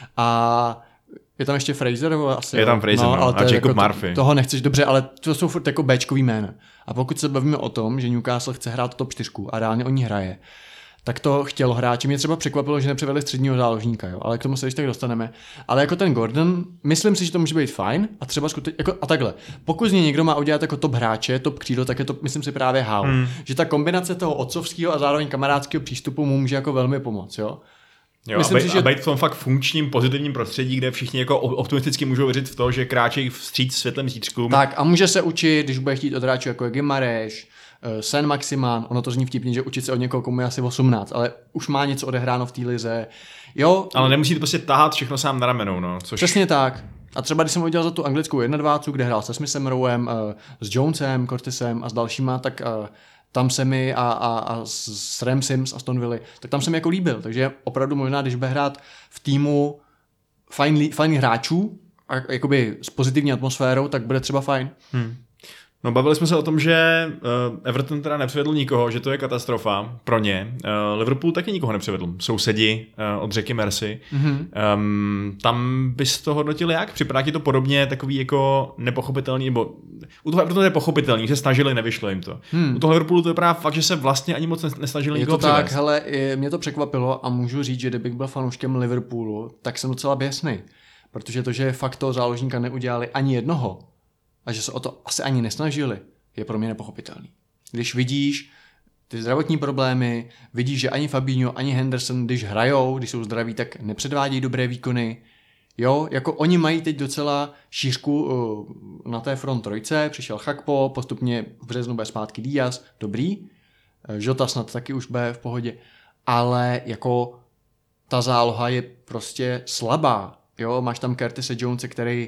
a je tam ještě Fraser? Nebo asi, je tam Fraser, no, no, ale a Jacob jako, Murphy. To, toho nechceš dobře, ale to jsou furt jako béčkový jména. A pokud se bavíme o tom, že Newcastle chce hrát top čtyři a reálně o ní hraje, tak to chtělo hráči. Mě třeba překvapilo, že nepřivedli středního záložníka, jo? Ale k tomu se ještě tak dostaneme. Ale jako ten Gordon, myslím si, že to může být fajn a třeba skutečně, jako, a takhle, pokud z něj někdo má udělat jako top hráče, top křídlo, tak je to, myslím si, právě Howe. Hmm. Že ta kombinace toho otcovského a zároveň kamarádského přístupu mu může jako velmi pomoct, jo. Jo, myslím a, bej, si, že... a být v tom fakt funkčním, pozitivním prostředí, kde všichni jako optimisticky můžou věřit v to, že kráčejí vstříc světlem zítřkům. Tak a může se učit, když bude chtít od hráčů jako je Gimareš, Sen Maximán, ono to zní vtipně, že učit se od někoho, komu je asi osmnáct, ale už má něco odehráno v té lize. Jo. Ale nemusí to prostě tahat všechno sám na ramenou, no. Což... Přesně tak. A třeba když jsem ho udělal za tu anglickou dvacet jedna, kde hrál se Smithem Rowem, s Jonesem, Cortisem a s dalšíma, tak tam se mi a, a, a s Ramsim z Aston Villa, tak tam se mi jako líbil. Takže opravdu možná, když bude hrát v týmu fajn, fajn hráčů, a jakoby s pozitivní atmosférou, tak bude třeba fajn. Hmm. No, bavili jsme se o tom, že uh, Everton teda nepřivedl nikoho, že to je katastrofa pro ně. Uh, Liverpool taky nikoho nepřivedl. Sousedi uh, od řeky Mersey. Mm-hmm. Um, tam bys to hodnotil jak? Připadá ti to podobně takový jako nepochopitelný, nebo u toho Evertonu je pochopitelný, že se snažili, nevyšlo jim to. Hmm. U toho Liverpoolu to je právě fakt, že se vlastně ani moc nesnažili nikoho přivést. Je to tak, hele, mě to překvapilo a můžu říct, že kdybych byl fanouškem Liverpoolu, tak jsem docela běsnej. Protože to, že fakt toho záložníka neudělali ani jednoho, a že se o to asi ani nesnažili, je pro mě nepochopitelný. Když vidíš ty zdravotní problémy, vidíš, že ani Fabinho, ani Henderson, když hrajou, když jsou zdraví, tak nepředvádějí dobré výkony. Jo, jako oni mají teď docela šířku uh, na té front trojce, přišel Chakpo, postupně v březnu bude zpátky Díaz, dobrý, Jota snad taky už bude v pohodě, ale jako ta záloha je prostě slabá. Jo, máš tam Curtise Jonese, který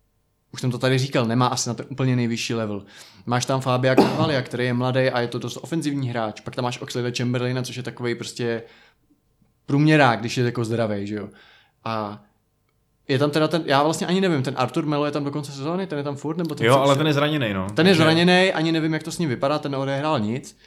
už jsem to tady říkal, nemá asi na ten úplně nejvyšší level. Máš tam Fabia Carvalha, který je mladý a je to dost ofenzivní hráč. Pak tam máš Oxlade Chamberlaina, což je takovej prostě průměrák, když je jako zdravej, že jo. A je tam teda ten, já vlastně ani nevím, ten Artur Melo je tam do konce sezóny, ten je tam furt, nebo ten jo, ale ten je zraněný, no. Ten je zraněný, ani nevím, jak to s ním vypadá, ten neodehrál nic.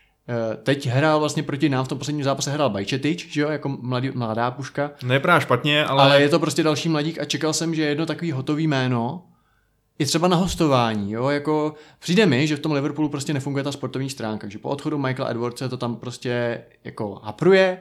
Teď hrál vlastně proti nám, v tom posledním zápase hrál Bajčetič, že jo, jako mladý, mladá puška. Nevypadá špatně, ale... ale je to prostě další mladík a čekal jsem, že jedno takový hotový jméno i třeba na hostování, jo, jako přijde mi, že v tom Liverpoolu prostě nefunguje ta sportovní stránka, že po odchodu Michaela Edwardse to tam prostě jako hapruje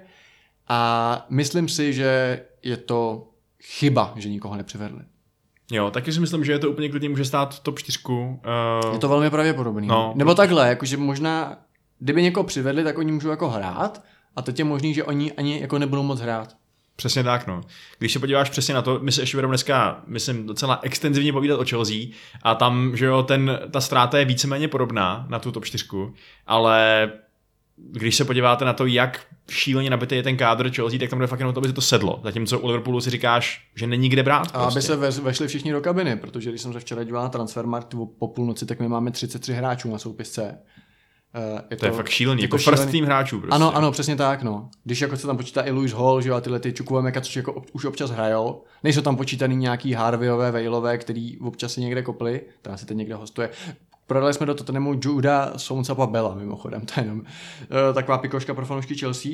a myslím si, že je to chyba, že nikoho nepřivedli. Jo, taky si myslím, že je to úplně klidně může stát top čtyři. Uh... Je to velmi pravděpodobný. No, Nebo pro... takhle, jakože možná, kdyby někoho přivedli, tak oni můžou jako hrát a teď je možný, že oni ani jako nebudou moc hrát. Přesně tak, no. Když se podíváš přesně na to, my se ještě budeme dneska, myslím, docela extenzivně povídat o Chelsea a tam, že jo, ten, ta ztráta je víceméně podobná na tu top čtyři, ale když se podíváte na to, jak šíleně nabitý je ten kádr Chelsea, tak tam jde fakt jenom to, aby se to sedlo. Zatímco u Liverpoolu si říkáš, že není kde brát. A prostě. aby se ve, vešli všichni do kabiny, protože když jsem se včera díval na Transfermarkt po půlnoci, tak my máme třicet tři hráčů na soupisce. Uh, je to, to je fakt šílený, jako, jako šílený. first team hráčů prostě. Ano, ano, přesně tak, no. Když jako se tam počítá i Lewis Hall, že jo, a tyhle ty Chukwuemeka, což jako ob, už občas hrajou, nejsou tam počítaný nějaký Harveyové, Vejlové, který občas si někde kopli, která si teď někde hostuje. Prodali jsme do Tottenhamu Juda Souncapa Bella, mimochodem, to je jenom uh, taková pikoška pro fanoušky Chelsea,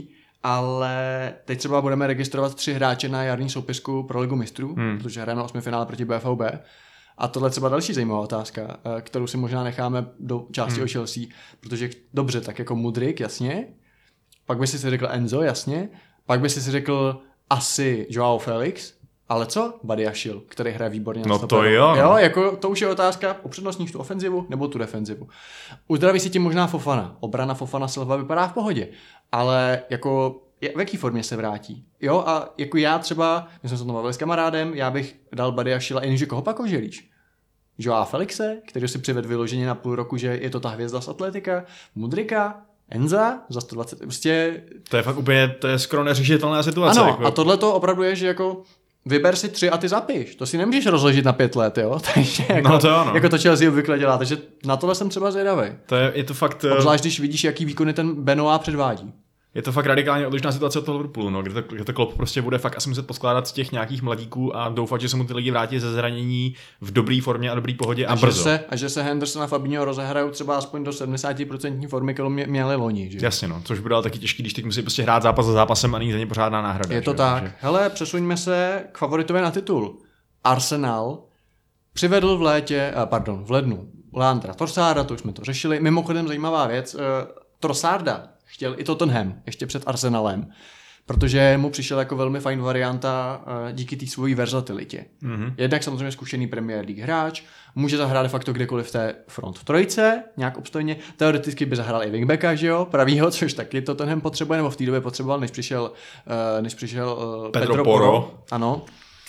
ale teď třeba budeme registrovat tři hráče na jarní soupisku pro Ligu mistrů, hmm. protože hrajeme osmi finále proti B V B. A tohle je třeba další zajímavá otázka, kterou si možná necháme do části hmm. o Chelsea, protože dobře, tak jako Mudryk, jasně, pak by si si řekl Enzo, jasně, pak by si si řekl asi Joao Felix, ale co? Badiashile, který hraje výborně. No to jo. Jo, jako to už je otázka, upřednostníš tu ofenzivu nebo tu defenzivu. Uzdraví si tím možná Fofana. Obrana Fofana Silva vypadá v pohodě, ale jako v jaký formě se vrátí? Jo, a jako já třeba, my jsme se to bavili s kamarádem, já bych dal Badiashile, jenže koho pak oželíš? Joao Felixe, který si přived vyloženě na půl roku, že je to ta hvězda z Atletika, Mudryka, Enza za sto dvacet, prostě... To je fakt úplně, to je skoro neřešitelná situace. Ano, jako... a tohle to opravdu je, že jako vyber si tři a ty zapiš. To si nemůžeš rozložit na pět let, jo? Takže jako, no to ano. jako to Chelsea obvykle dělá, takže na tohle jsem třeba zvědavý. To je, je to fakt... Obzvlášť, když vidíš, jaký výkony ten Benoit předvádí. Je to fakt radikálně odlišná situace od toho Liverpoolu, no, kde, to, kde to Klopp prostě bude fakt asi muset poskládat z těch nějakých mladíků a doufat, že se mu ty lidi vrátí ze zranění v dobrý formě a dobrý pohodě a, a brzo. Že se, a že se Henderson a Fabinho rozehrajou třeba aspoň do sedmdesát procent formy, kterou mě, měli loni. Že? Jasně, no, což bude ale taky těžký, když teď musí prostě hrát zápas za zápasem a není za ně pořádná náhrada. Je to že? tak. Že... Hele, přesuňme se k favoritovi na titul. Arsenal přivedl v létě, pardon, v lednu Leandra Trossarda, to už jsme to řešili. Mimochodem zajímavá věc, Trossarda chtěl i Tottenham ještě před Arsenalem, protože mu přišel jako velmi fajn varianta díky té svojí versatilitě. Mm-hmm. Jednak samozřejmě zkušený Premier League hráč, může zahrát de facto kdekoliv v té front trojce, nějak obstojně, teoreticky by zahrál i wingbacka, že jo, pravýho, což taky Tottenham potřebuje, nebo v té době potřeboval, než přišel, než přišel Pedro, Pedro Porro. Porro. Ano.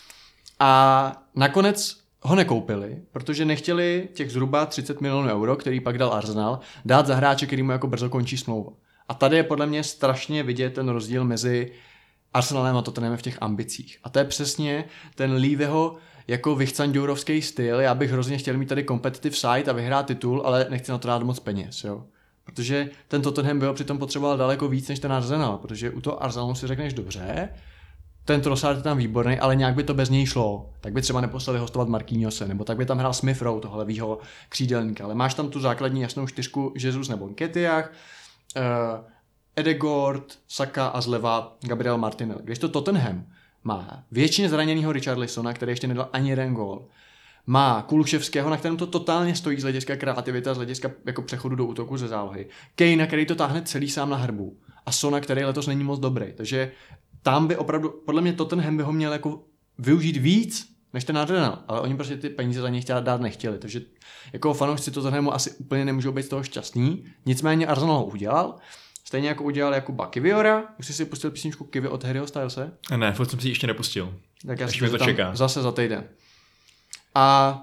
A nakonec ho nekoupili, protože nechtěli těch zhruba třicet milionů euro, který pak dal Arsenal, dát za hráče, který mu jako brzo končí smlouva. A tady je podle mě strašně vidět ten rozdíl mezi Arsenalem a Tottenhamem v těch ambicích. A to je přesně ten Levyho jako vychcandourovský styl. Já bych hrozně chtěl mít tady competitive side a vyhrát titul, ale nechci na to dát moc peněz, jo. Protože ten Tottenham by ho přitom potřeboval daleko víc než ten Arsenal, protože u toho Arsenalu si řekneš dobře, ten Trossard je tam výborný, ale nějak by to bez něj šlo. Tak by třeba neposlali hostovat Marquinhose, nebo tak by tam hrál Smith Rowe, tohle levýho křídelníka. Ale máš tam tu základní jasnou čtyřku Jesus nebo Nketiah, Uh, Edegord, Saka a zleva Gabriel Martinelli. Když to Tottenham má většině zraněného Richarlisona, který ještě nedal ani jeden gól, má Kuluševského, na kterém to totálně stojí z hlediska kreativita, z hlediska jako přechodu do útoku ze zálohy. Kejna, který to táhne celý sám na hrbu. A Sona, který letos není moc dobrý. Takže tam by opravdu, podle mě Tottenham by ho měl jako využít víc než ten Arsenal, ale oni prostě ty peníze za něj dát nechtěli, takže jako fanoušci Tottenhamu asi úplně nemůžou být z toho šťastní, nicméně Arsenal ho udělal, stejně jako udělal Jakuba Kiviora, už jsi si pustil písničku Kivi od Harryho Stylese? Ne, furt jsem si ji ještě nepustil. Tak já ještě mi to čeká. Zase za týden. A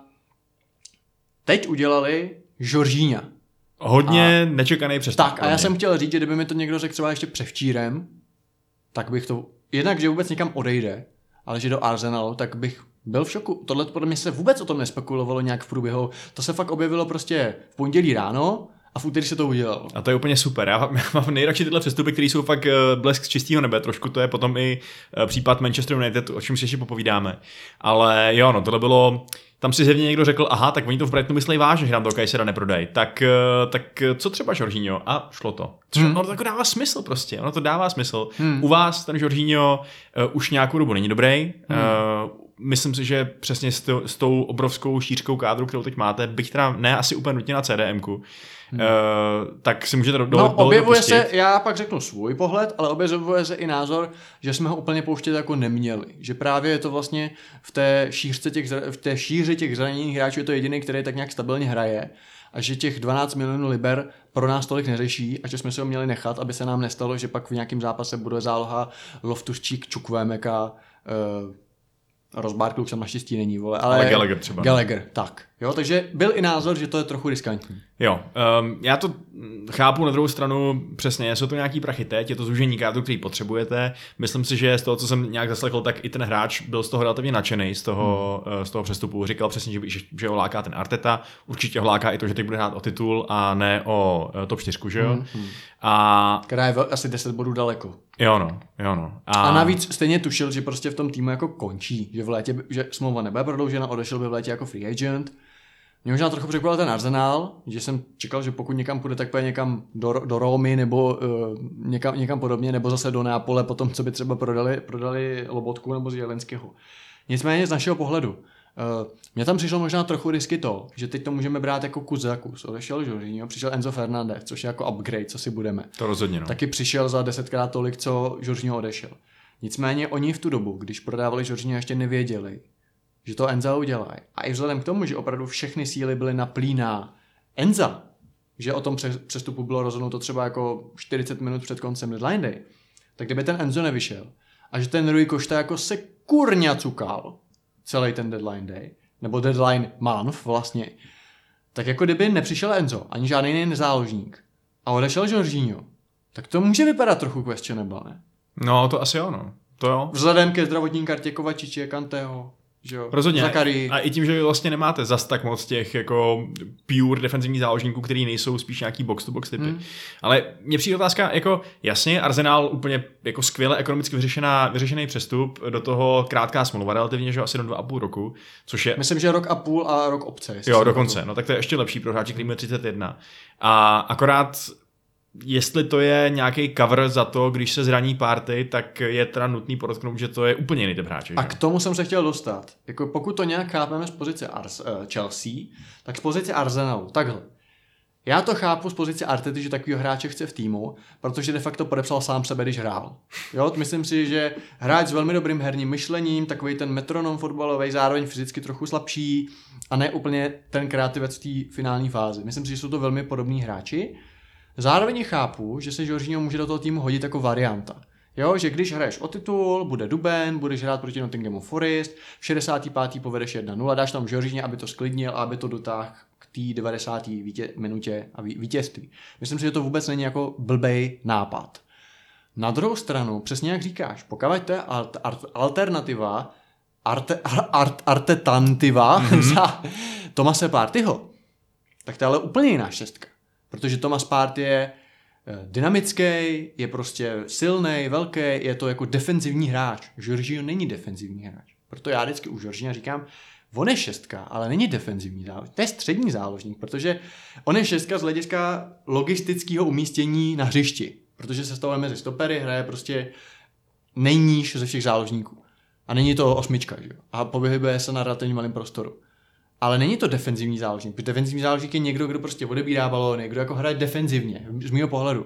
teď udělali Jorginha. Hodně a... nečekaný přestup. Tak a já jsem chtěl říct, že kdyby mi to někdo řekl třeba ještě převčírem, tak bych to, jednak, že vůbec někam odejde, ale že do Arsenalu, tak bych byl v šoku. Tohle podle mě se vůbec o tom nespekulovalo nějak v průběhu. To se fakt objevilo prostě v pondělí ráno a v úterý se to udělalo. A to je úplně super. Já mám, já mám nejradši tyhle přestupy, které jsou fakt blesk z čistého nebe. Trošku to je potom i případ Manchester United, o čem si ještě popovídáme. Ale jo, no, tohle bylo... Tam si zjevně někdo řekl, aha, tak oni to v Brightonu myslí vážně, že nám to Kajsera neprodají. Tak, tak co třeba Jorginho? A šlo to. Což hmm. ono to jako dává smysl prostě. Ono to dává smysl. Hmm. U vás ten Jorginho uh, už nějakou dobu není dobrý. Hmm. Uh, myslím si, že přesně s, to, s tou obrovskou šířkou kádru, kterou teď máte, bych teda ne asi úplně nutně na CDMku, Hmm. Uh, tak si můžete do, do, no, objevuje se, já pak řeknu svůj pohled, ale objevuje se i názor, že jsme ho úplně pouštět jako neměli. Že právě je to vlastně v té šířce těch, v té šíři těch zraněných hráčů je to jediný, který tak nějak stabilně hraje. a že těch dvanáct milionů liber pro nás tolik neřeší a že jsme si ho měli nechat, aby se nám nestalo, že pak v nějakém zápase bude záloha Loftus-Cheek, Chukwuemeka, uh, Rozbárku už tam naštěstí není, vole, ale, ale Gallagher třeba. Gallagher, tak. Jo, takže byl i názor, že to je trochu riskantní. Jo, um, já to chápu na druhou stranu přesně, jsou to nějaký prachy teď, je to zúžení kádru, který potřebujete. Myslím si, že z toho, co jsem nějak zaslechl, tak i ten hráč byl z toho relativně nadšený, z toho, hmm. z toho přestupu. Říkal přesně, že, že, že ho láká ten Arteta, určitě ho láká i to, že teď bude hrát o titul a ne o top čtyři, že jo? Hmm. A... Která je asi deset bodů daleko. Jo no, jo no. A... a navíc stejně tušil, že prostě v tom týmu jako končí, že v létě, že smlouva nebude prodloužena, odešel by v létě jako free agent. Mě možná trochu překvapil ten Arsenal, že jsem čekal, že pokud někam půjde, tak půjde někam do, do Rómy nebo uh, někam, někam podobně, nebo zase do Neapole po tom, co by třeba prodali, prodali Lobotku nebo z Jelenského. Nicméně z našeho pohledu. Uh, mně tam přišlo možná trochu risky to, že teď to můžeme brát jako kus za kus. Odešel Jorginho, přišel Enzo Fernandez, což je jako upgrade, co si budeme. To rozhodně, no. Taky přišel za desetkrát tolik, co Jorginho odešel. Nicméně oni v tu dobu, když prodávali Jorginho, ještě nevěděli, že to Enza udělají. A i vzhledem k tomu, že opravdu všechny síly byly na plína Enza, že o tom přestupu bylo rozhodnuto třeba jako čtyřicet minut před koncem deadline day, tak kdyby ten Enzo nevyšel a že ten Rui Costa jako se kurňa cukal celý ten deadline day, nebo deadline month vlastně, tak jako kdyby nepřišel Enzo, ani žádný jiný záložník a odešel Jorginho, tak to může vypadat trochu questionable, ne? No, to asi jo, no. To jo. Vzhledem ke zdravotní kartě Kovačiče, Kanteho, že jo? Rozhodně. Zakary. A i tím, že vlastně nemáte zas tak moc těch jako pure defenzivních záložníků, který nejsou spíš nějaký box-to-box typy. Hmm. Ale mně přijde otázka, jako jasně, Arsenal úplně jako skvěle ekonomicky vyřešená, vyřešený přestup, do toho krátká smlouva, relativně, že asi do dva a půl roku, což je... Myslím, že rok a půl a rok obce. Jo, dokonce. No tak to je ještě lepší pro hráče, který má třicet jedna. A akorát jestli to je nějaký cover za to, když se zraní party, tak je teda nutný podotknout, že to je úplně jiný typ hráče. A k tomu jsem se chtěl dostat. Jako pokud to nějak chápeme z pozice Ars, uh, Chelsea, tak z pozice Arsenalu. Takhle. Já to chápu z pozice Artety, že takovýho hráče chce v týmu, protože de facto podepsal sám sebe, když hrál. Jo, myslím si, že hráč s velmi dobrým herním myšlením, takový ten metronom fotbalový, zároveň fyzicky trochu slabší a ne úplně ten kreativec v té finální fázi. Myslím si, že jsou to velmi podobní hráči. Zároveň chápu, že se Jorginho může do toho týmu hodit jako varianta. Jo, že když hraješ o titul, bude duben, budeš hrát proti Nottinghamu Forest, v šedesáté páté povedeš jedna nula, dáš tam Jorginho, aby to sklidnil a aby to dotáhl k té devadesáté Vítě, minutě a vítězství. Myslím si, že to vůbec není jako blbej nápad. Na druhou stranu, přesně jak říkáš, pokud to je alt, alt, alternativa, arte, art, artetantiva mm-hmm. za Thomase Parteyho, tak to je ale úplně jiná šestka. Protože Thomas Partey je dynamický, je prostě silný, velký, je to jako defenzivní hráč. Jorginho není defenzivní hráč. Proto já vždycky u Jorginha říkám, on je šestka, ale není defenzivní záložník. To je střední záložník, protože on je šestka z hlediska logistického umístění na hřišti. Protože se stavuje mezi stopery, hraje prostě nejníž ze všech záložníků. A není to osmička, že jo? A pohybuje se na relativně malém prostoru. Ale není to defenzivní záložník. Defenzivní záložník je někdo, kdo prostě odebírá balóny, kdo jako hraje defenzivně, z mýho pohledu.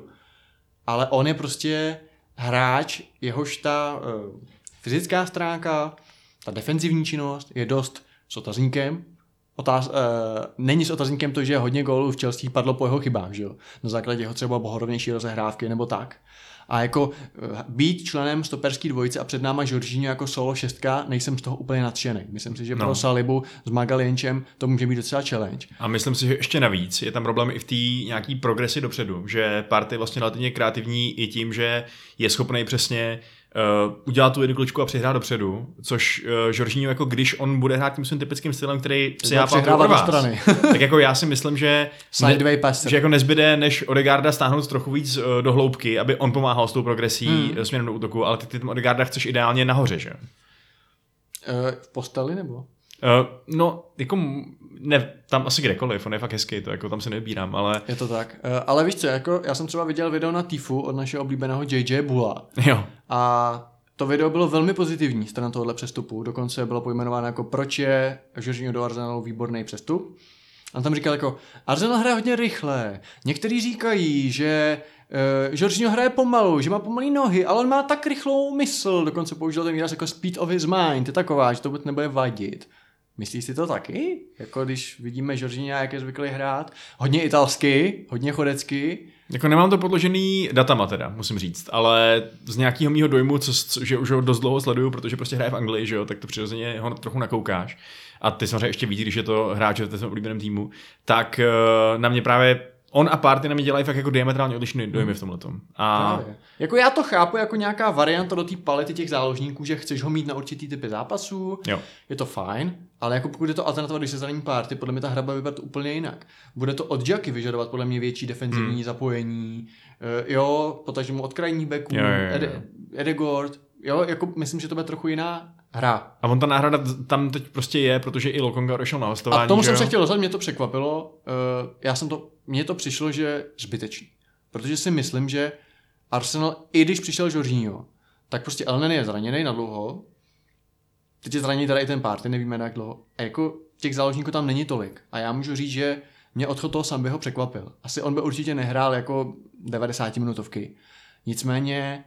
Ale on je prostě hráč, jehož ta uh, fyzická stránka, ta defenzivní činnost je dost s otazníkem. Otáz, uh, není s otazníkem to, že hodně gólů v Chelsea padlo po jeho chybách, že jo? Na základě jeho třeba bohorovnější rozehrávky nebo tak. A jako být členem stoperský dvojice a před náma Jorginho jako solo šestka, nejsem z toho úplně nadšený. Myslím si, že pro no. Salibu s Magalienčem to může být docela challenge. A myslím si, že ještě navíc je tam problém i v té nějaký progresi dopředu, že Partey vlastně relativně kreativní i tím, že je schopný přesně Uh, udělat tu jednu kličku a přihrát dopředu, což uh, Jorginho, jako když on bude hrát tím svým typickým stylem, který si já pamatuju pro vás, tak jako já si myslím, že, ne, že jako nezbyde, než Odegaarda stáhnout trochu víc uh, do hloubky, aby on pomáhal s tou progresí hmm. směrem do útoku, ale ty, ty Odegaarda chceš ideálně nahoře, že? Uh, v posteli nebo? Uh, no, jako ne, tam asi kdekoliv, on je fakt hezký, to jako tam se nevybírám, ale... Je to tak, uh, ale víš co, jako já jsem třeba viděl video na Tifu od našeho oblíbeného J J Bula. Jo. A to video bylo velmi pozitivní stran tohohle přestupu, dokonce bylo pojmenováno jako proč je Jorginho do Arsenalu výborný přestup. A on tam říkal jako, Arsenal hraje hodně rychle, někteří říkají, že uh, Jorginho hraje pomalu, že má pomalý nohy, ale on má tak rychlou mysl, dokonce použil ten výraz jako speed of his mind, je taková, že to vůbec nebude vadit. Myslíš si to taky? Jako když vidíme Jorginha, jak je zvyklý hrát, hodně italsky, hodně chodecky. Jako nemám to podložený datama teda, musím říct, ale z nějakého mýho dojmu, co, co, že už ho dost dlouho sleduju, protože prostě hraje v Anglii, že jo, tak to přirozeně ho trochu nakoukáš. A ty samozřejmě ještě vidíš, když je to hráč v tom oblíbeném týmu, tak uh, na mě právě on a Partey na mě dělají fakt jako diametrálně odlišný dojmy v tomhletom. A... Právě. Jako já to chápu jako nějaká varianta do té palety těch záložníků, že chceš ho mít na určitý typy zápasů, Jo. je to fajn, ale jako pokud je to alternativa, když se zraní Partey, podle mě ta hra bude vypadat úplně jinak. Bude to od Jacky vyžadovat podle mě větší defenzivní hmm. zapojení, uh, jo, potažmo od krajních backů, Edegord, jo, jako myslím, že to bude trochu jiná hra. A on ta náhrada tam teď prostě je, protože i Lokonga odešel na hostování. A tomu že jsem jo? se chtěl dostat, mě to překvapilo. Uh, já jsem to, mně to přišlo, že zbytečný. Protože si myslím, že Arsenal, i když přišel Jorginho, tak prostě Elneny je zraněný na dlouho. Teď je zraněný teda i ten Partey, nevíme na jak dlouho. A jako těch záložníků tam není tolik. A já můžu říct, že mě odchod toho Sambiho překvapil. Asi on by určitě nehrál jako devadesáti-minutovky. Nicméně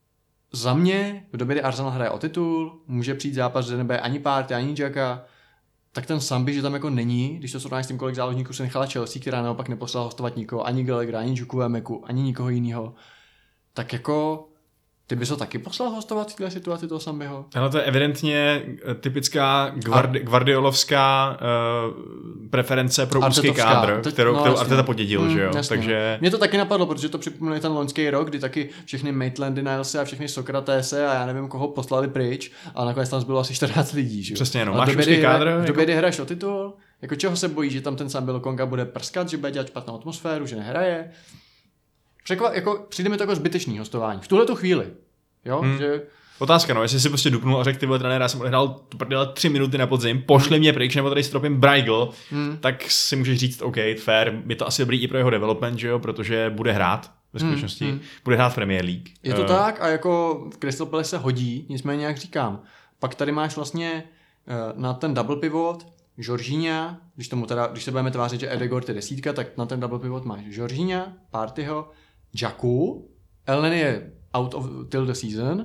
za mě, v době, kdy Arsenal hraje o titul, může přijít zápas, že nebude ani Partey, ani Xhaka, tak ten Sambi, že tam jako není, když to srovnáš s tím, kolik záložníků se nechala Chelsea, která naopak neposlala hostovat nikoho, ani Gallaghera, ani Chukwuemeku, ani nikoho jiného, tak jako ty bys ho taky poslal hostovat v této situaci toho Sambiho? Ale to je evidentně typická guardi- guardiolovská uh, preference pro úzký kádr, Teď, kterou, no, kterou jasně. Arteta podědil, Hmm, že jo? jasně. Takže... Mě to taky napadlo, protože to připomíná ten loňský rok, kdy taky všechny Maitlandy, Nilese a všechny Sokratese a já nevím, koho poslali pryč, ale nakonec tam bylo asi čtrnáct lidí, že jo? Přesně, no. A Máš v době, úzký kdy kádr, hra- v jako- době, kdy hraješ o titul, jako čeho se bojí, že tam ten Sambi Lokonga bude prskat, že bude dělat špatnou atmosféru, že nehraje? Překva- jako přijde mi to jako zbytečný hostování. V tuhle tu chvíli. Jo, Hmm. že Otázka, no, jestli si prostě dupnul a řekl, ty vole trenér, já jsem odehrál tu prdele tři minuty na podzim, pošli mě pryč, nebo tady stropím Braigl, Hmm. tak si můžeš říct, OK, fair, je to asi dobrý i pro jeho development, že jo, protože bude hrát ve skutečnosti, hmm. bude hrát v Premier League. je to Eh, tak a jako v Crystal Palace se hodí, nicméně jak říkám, pak tady máš vlastně eh, na ten double pivot Jorginha, když, tomu teda, když se budeme tvářit, že Edegord je desítka, tak na ten double pivot máš Jorginha, Parteyho, Xhaku, Elneny je out of till the season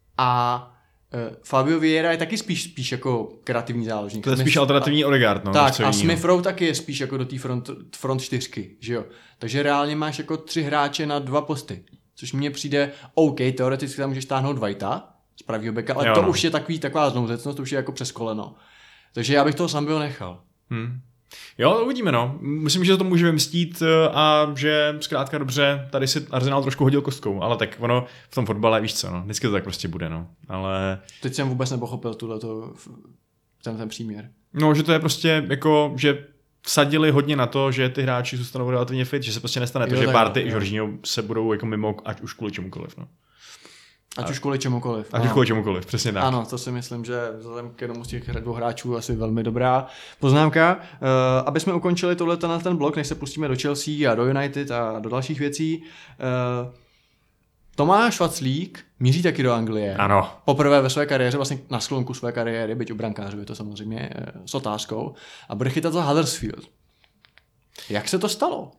a uh, Fabio Vieira je taky spíš, spíš jako kreativní záložník. To je Smith- spíš alternativní Odegaard, no. než tak co a jinýho. Smith Rowe taky je spíš jako do té front, front čtyřky, že jo. Takže reálně máš jako tři hráče na dva posty, což mně přijde OK, teoreticky tam můžeš táhnout Whitea z pravýho beka, ale Jo, to no. už je takový, taková znouzecnost, to už je jako přes koleno. Takže já bych toho Sambio nechal. Hmm. Jo, uvidíme, no. Myslím, že to může vymstít eh, a že zkrátka dobře, tady si Arsenal trošku hodil kostkou, ale tak ono v tom fotbale, víš co, no, vždycky to tak prostě bude, no. Ale, Teď jsem vůbec nepochopil tuhleto, ten, ten příměr. no, že to je prostě jako, že vsadili hodně na to, že ty hráči zůstanou relativně fit, že se prostě nestane to, Jo, že takhle, Partey i jo. Jorginho se budou jako mimo, ať už kvůli čemukoliv, no. Ať už kvůli čemukoliv. Ať už Ano. kvůli čemukoliv, přesně tak. Ano, to si myslím, že vzhledem k jednomu z těch dvou hráčů asi velmi dobrá poznámka. Uh, aby jsme ukončili tohle na ten blok, než se pustíme do Chelsea a do United a do dalších věcí. Uh, Tomáš Vaclík míří taky do Anglie. Ano. Poprvé ve své kariéře, vlastně na sklonku své kariéry, byť u brankářů je to samozřejmě uh, s otázkou, a bude chytat za Huddersfield. Jak se to stalo?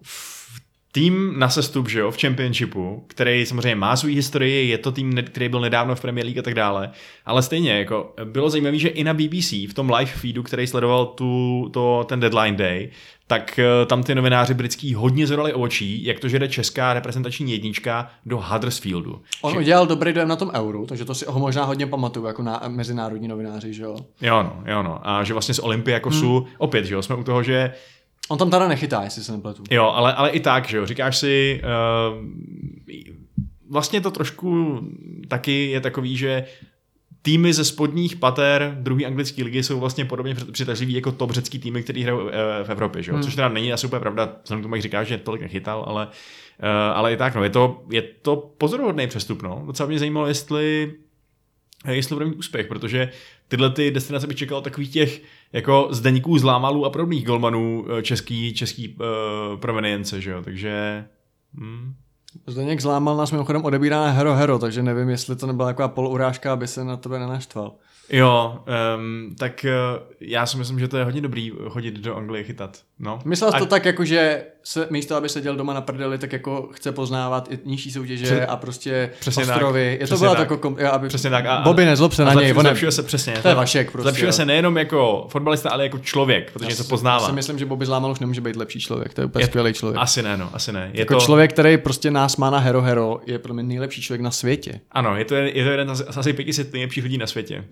Tým na sestup, že jo, v Championshipu, který samozřejmě má svou historii, je to tým, který byl nedávno v Premier League a tak dále, ale stejně, jako bylo zajímavé, že i na B B C, v tom live feedu, který sledoval tu, to, ten deadline day, tak uh, tam ty novináři britský hodně zvedali očí, jak to, že jde česká reprezentační jednička do Huddersfieldu. On že... udělal dobrý dojem na tom euru, takže to si ho možná hodně pamatuju jako na mezinárodní novináři, že jo? Jo no, jo no. A že vlastně z Olympiakosu, hmm. opět, že jo, jsme u toho, že On tam teda nechytá, jestli se nepletu. jo, ale, ale i tak, že jo, říkáš si, uh, vlastně to trošku taky je takový, že týmy ze spodních pater druhé anglické ligy jsou vlastně podobně přitažlivý jako top řecký týmy, který hrajou uh, v Evropě, že jo? Hmm. Což teda není asi úplně pravda, vzhledem k tomu, jak říkáš, že tolik nechytal, ale, uh, ale i tak, no, je to, je to pozoruhodný přestup, no. Docela mě zajímalo, jestli jestli bude mít úspěch, protože tyhle ty destinace by čekalo takových těch jako Zdeňků, Zlámalů a podobných golmanů český, český uh, provenience, že jo, takže hmm. Zdeněk Zlámal nás mimochodem odebírá na Hero Hero, takže nevím, jestli to nebyla taková polurážka, aby se na tebe nenaštval. Jo, um, tak uh, já si myslím, že to je hodně dobrý chodit do Anglie chytat. No. Myslel jsi A- to tak, jako, že se, místo, aby seděl doma na prdeli, tak jako chce poznávat i nižší soutěže Přes- a prostě přesně ostrovy. tak, Je to přesně byla tak. tako, kom, aby, Přesně tak. A, Bobby, nezlob se a na něj. zlepšuje, on je- zlepšuje se přesně. To je Vašek prostě. Zlepšuje se nejenom jako fotbalista, ale jako člověk, protože něco poznává. Já si myslím, že Bobby Zlámal už nemůže být lepší člověk. To je úplně Je- skvělý člověk. Asi ne, no, asi ne. Je Jako to, člověk, který prostě nás má na hero hero, je pro mě nejlepší člověk na světě. Ano, je to, je to jeden z asi pětiset nejlepších lidí na světě.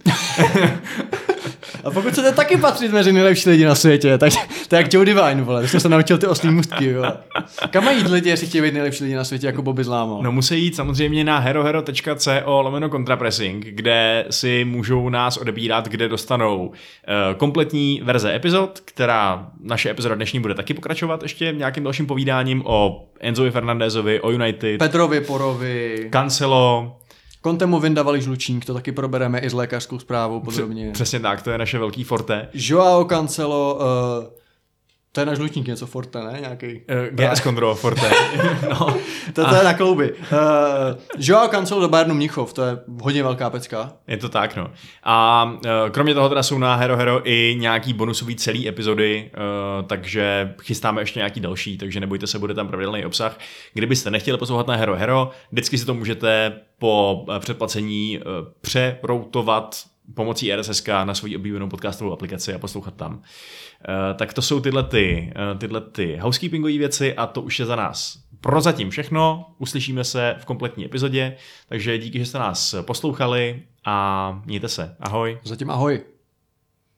A pokud chcete taky patřit mezi nejlepší lidi na světě, tak to je jak Joe Divine, vole. Když jsem se naučil ty oslí můstky, vole. Kam mají jít lidi, jestli chtějí být nejlepší lidi na světě, jako Bobby Zlámal? No musí jít samozřejmě na herohero.co lomeno kontrapressing, kde si můžou nás odebírat, kde dostanou uh, kompletní verze epizod, která naše epizoda dnešní bude taky pokračovat ještě nějakým dalším povídáním o Enzovi Fernandezovi, o United, Petrovi Porovi, Cancelo. Kontemu vyndavali žlučník, to taky probereme i s lékařskou zprávou podrobně. Přesně tak, to je naše velký forte. Joao Cancelo, uh, to je na žlučník něco forte, ne? Nějaký. Uh, G S Condro forte. No, to, to je na klouby. Uh, Joao Cancelo do Bayernu Mnichov, to je hodně velká pecka. Je to tak, no. A uh, kromě toho teda jsou na Hero Hero i nějaký bonusový celý epizody, uh, takže chystáme ještě nějaký další, takže nebojte se, bude tam pravidelný obsah. Kdybyste nechtěli poslouchat na Hero Hero, vždycky si to můžete po uh, předplacení uh, přeroutovat pomocí R S S na svoji oblíbenou podcastovou aplikaci a poslouchat tam. Uh, tak to jsou tyhle, ty, uh, tyhle ty housekeepingové věci a to už je za nás prozatím všechno. Uslyšíme se v kompletní epizodě, takže díky, že jste nás poslouchali a mějte se. Ahoj. Zatím ahoj.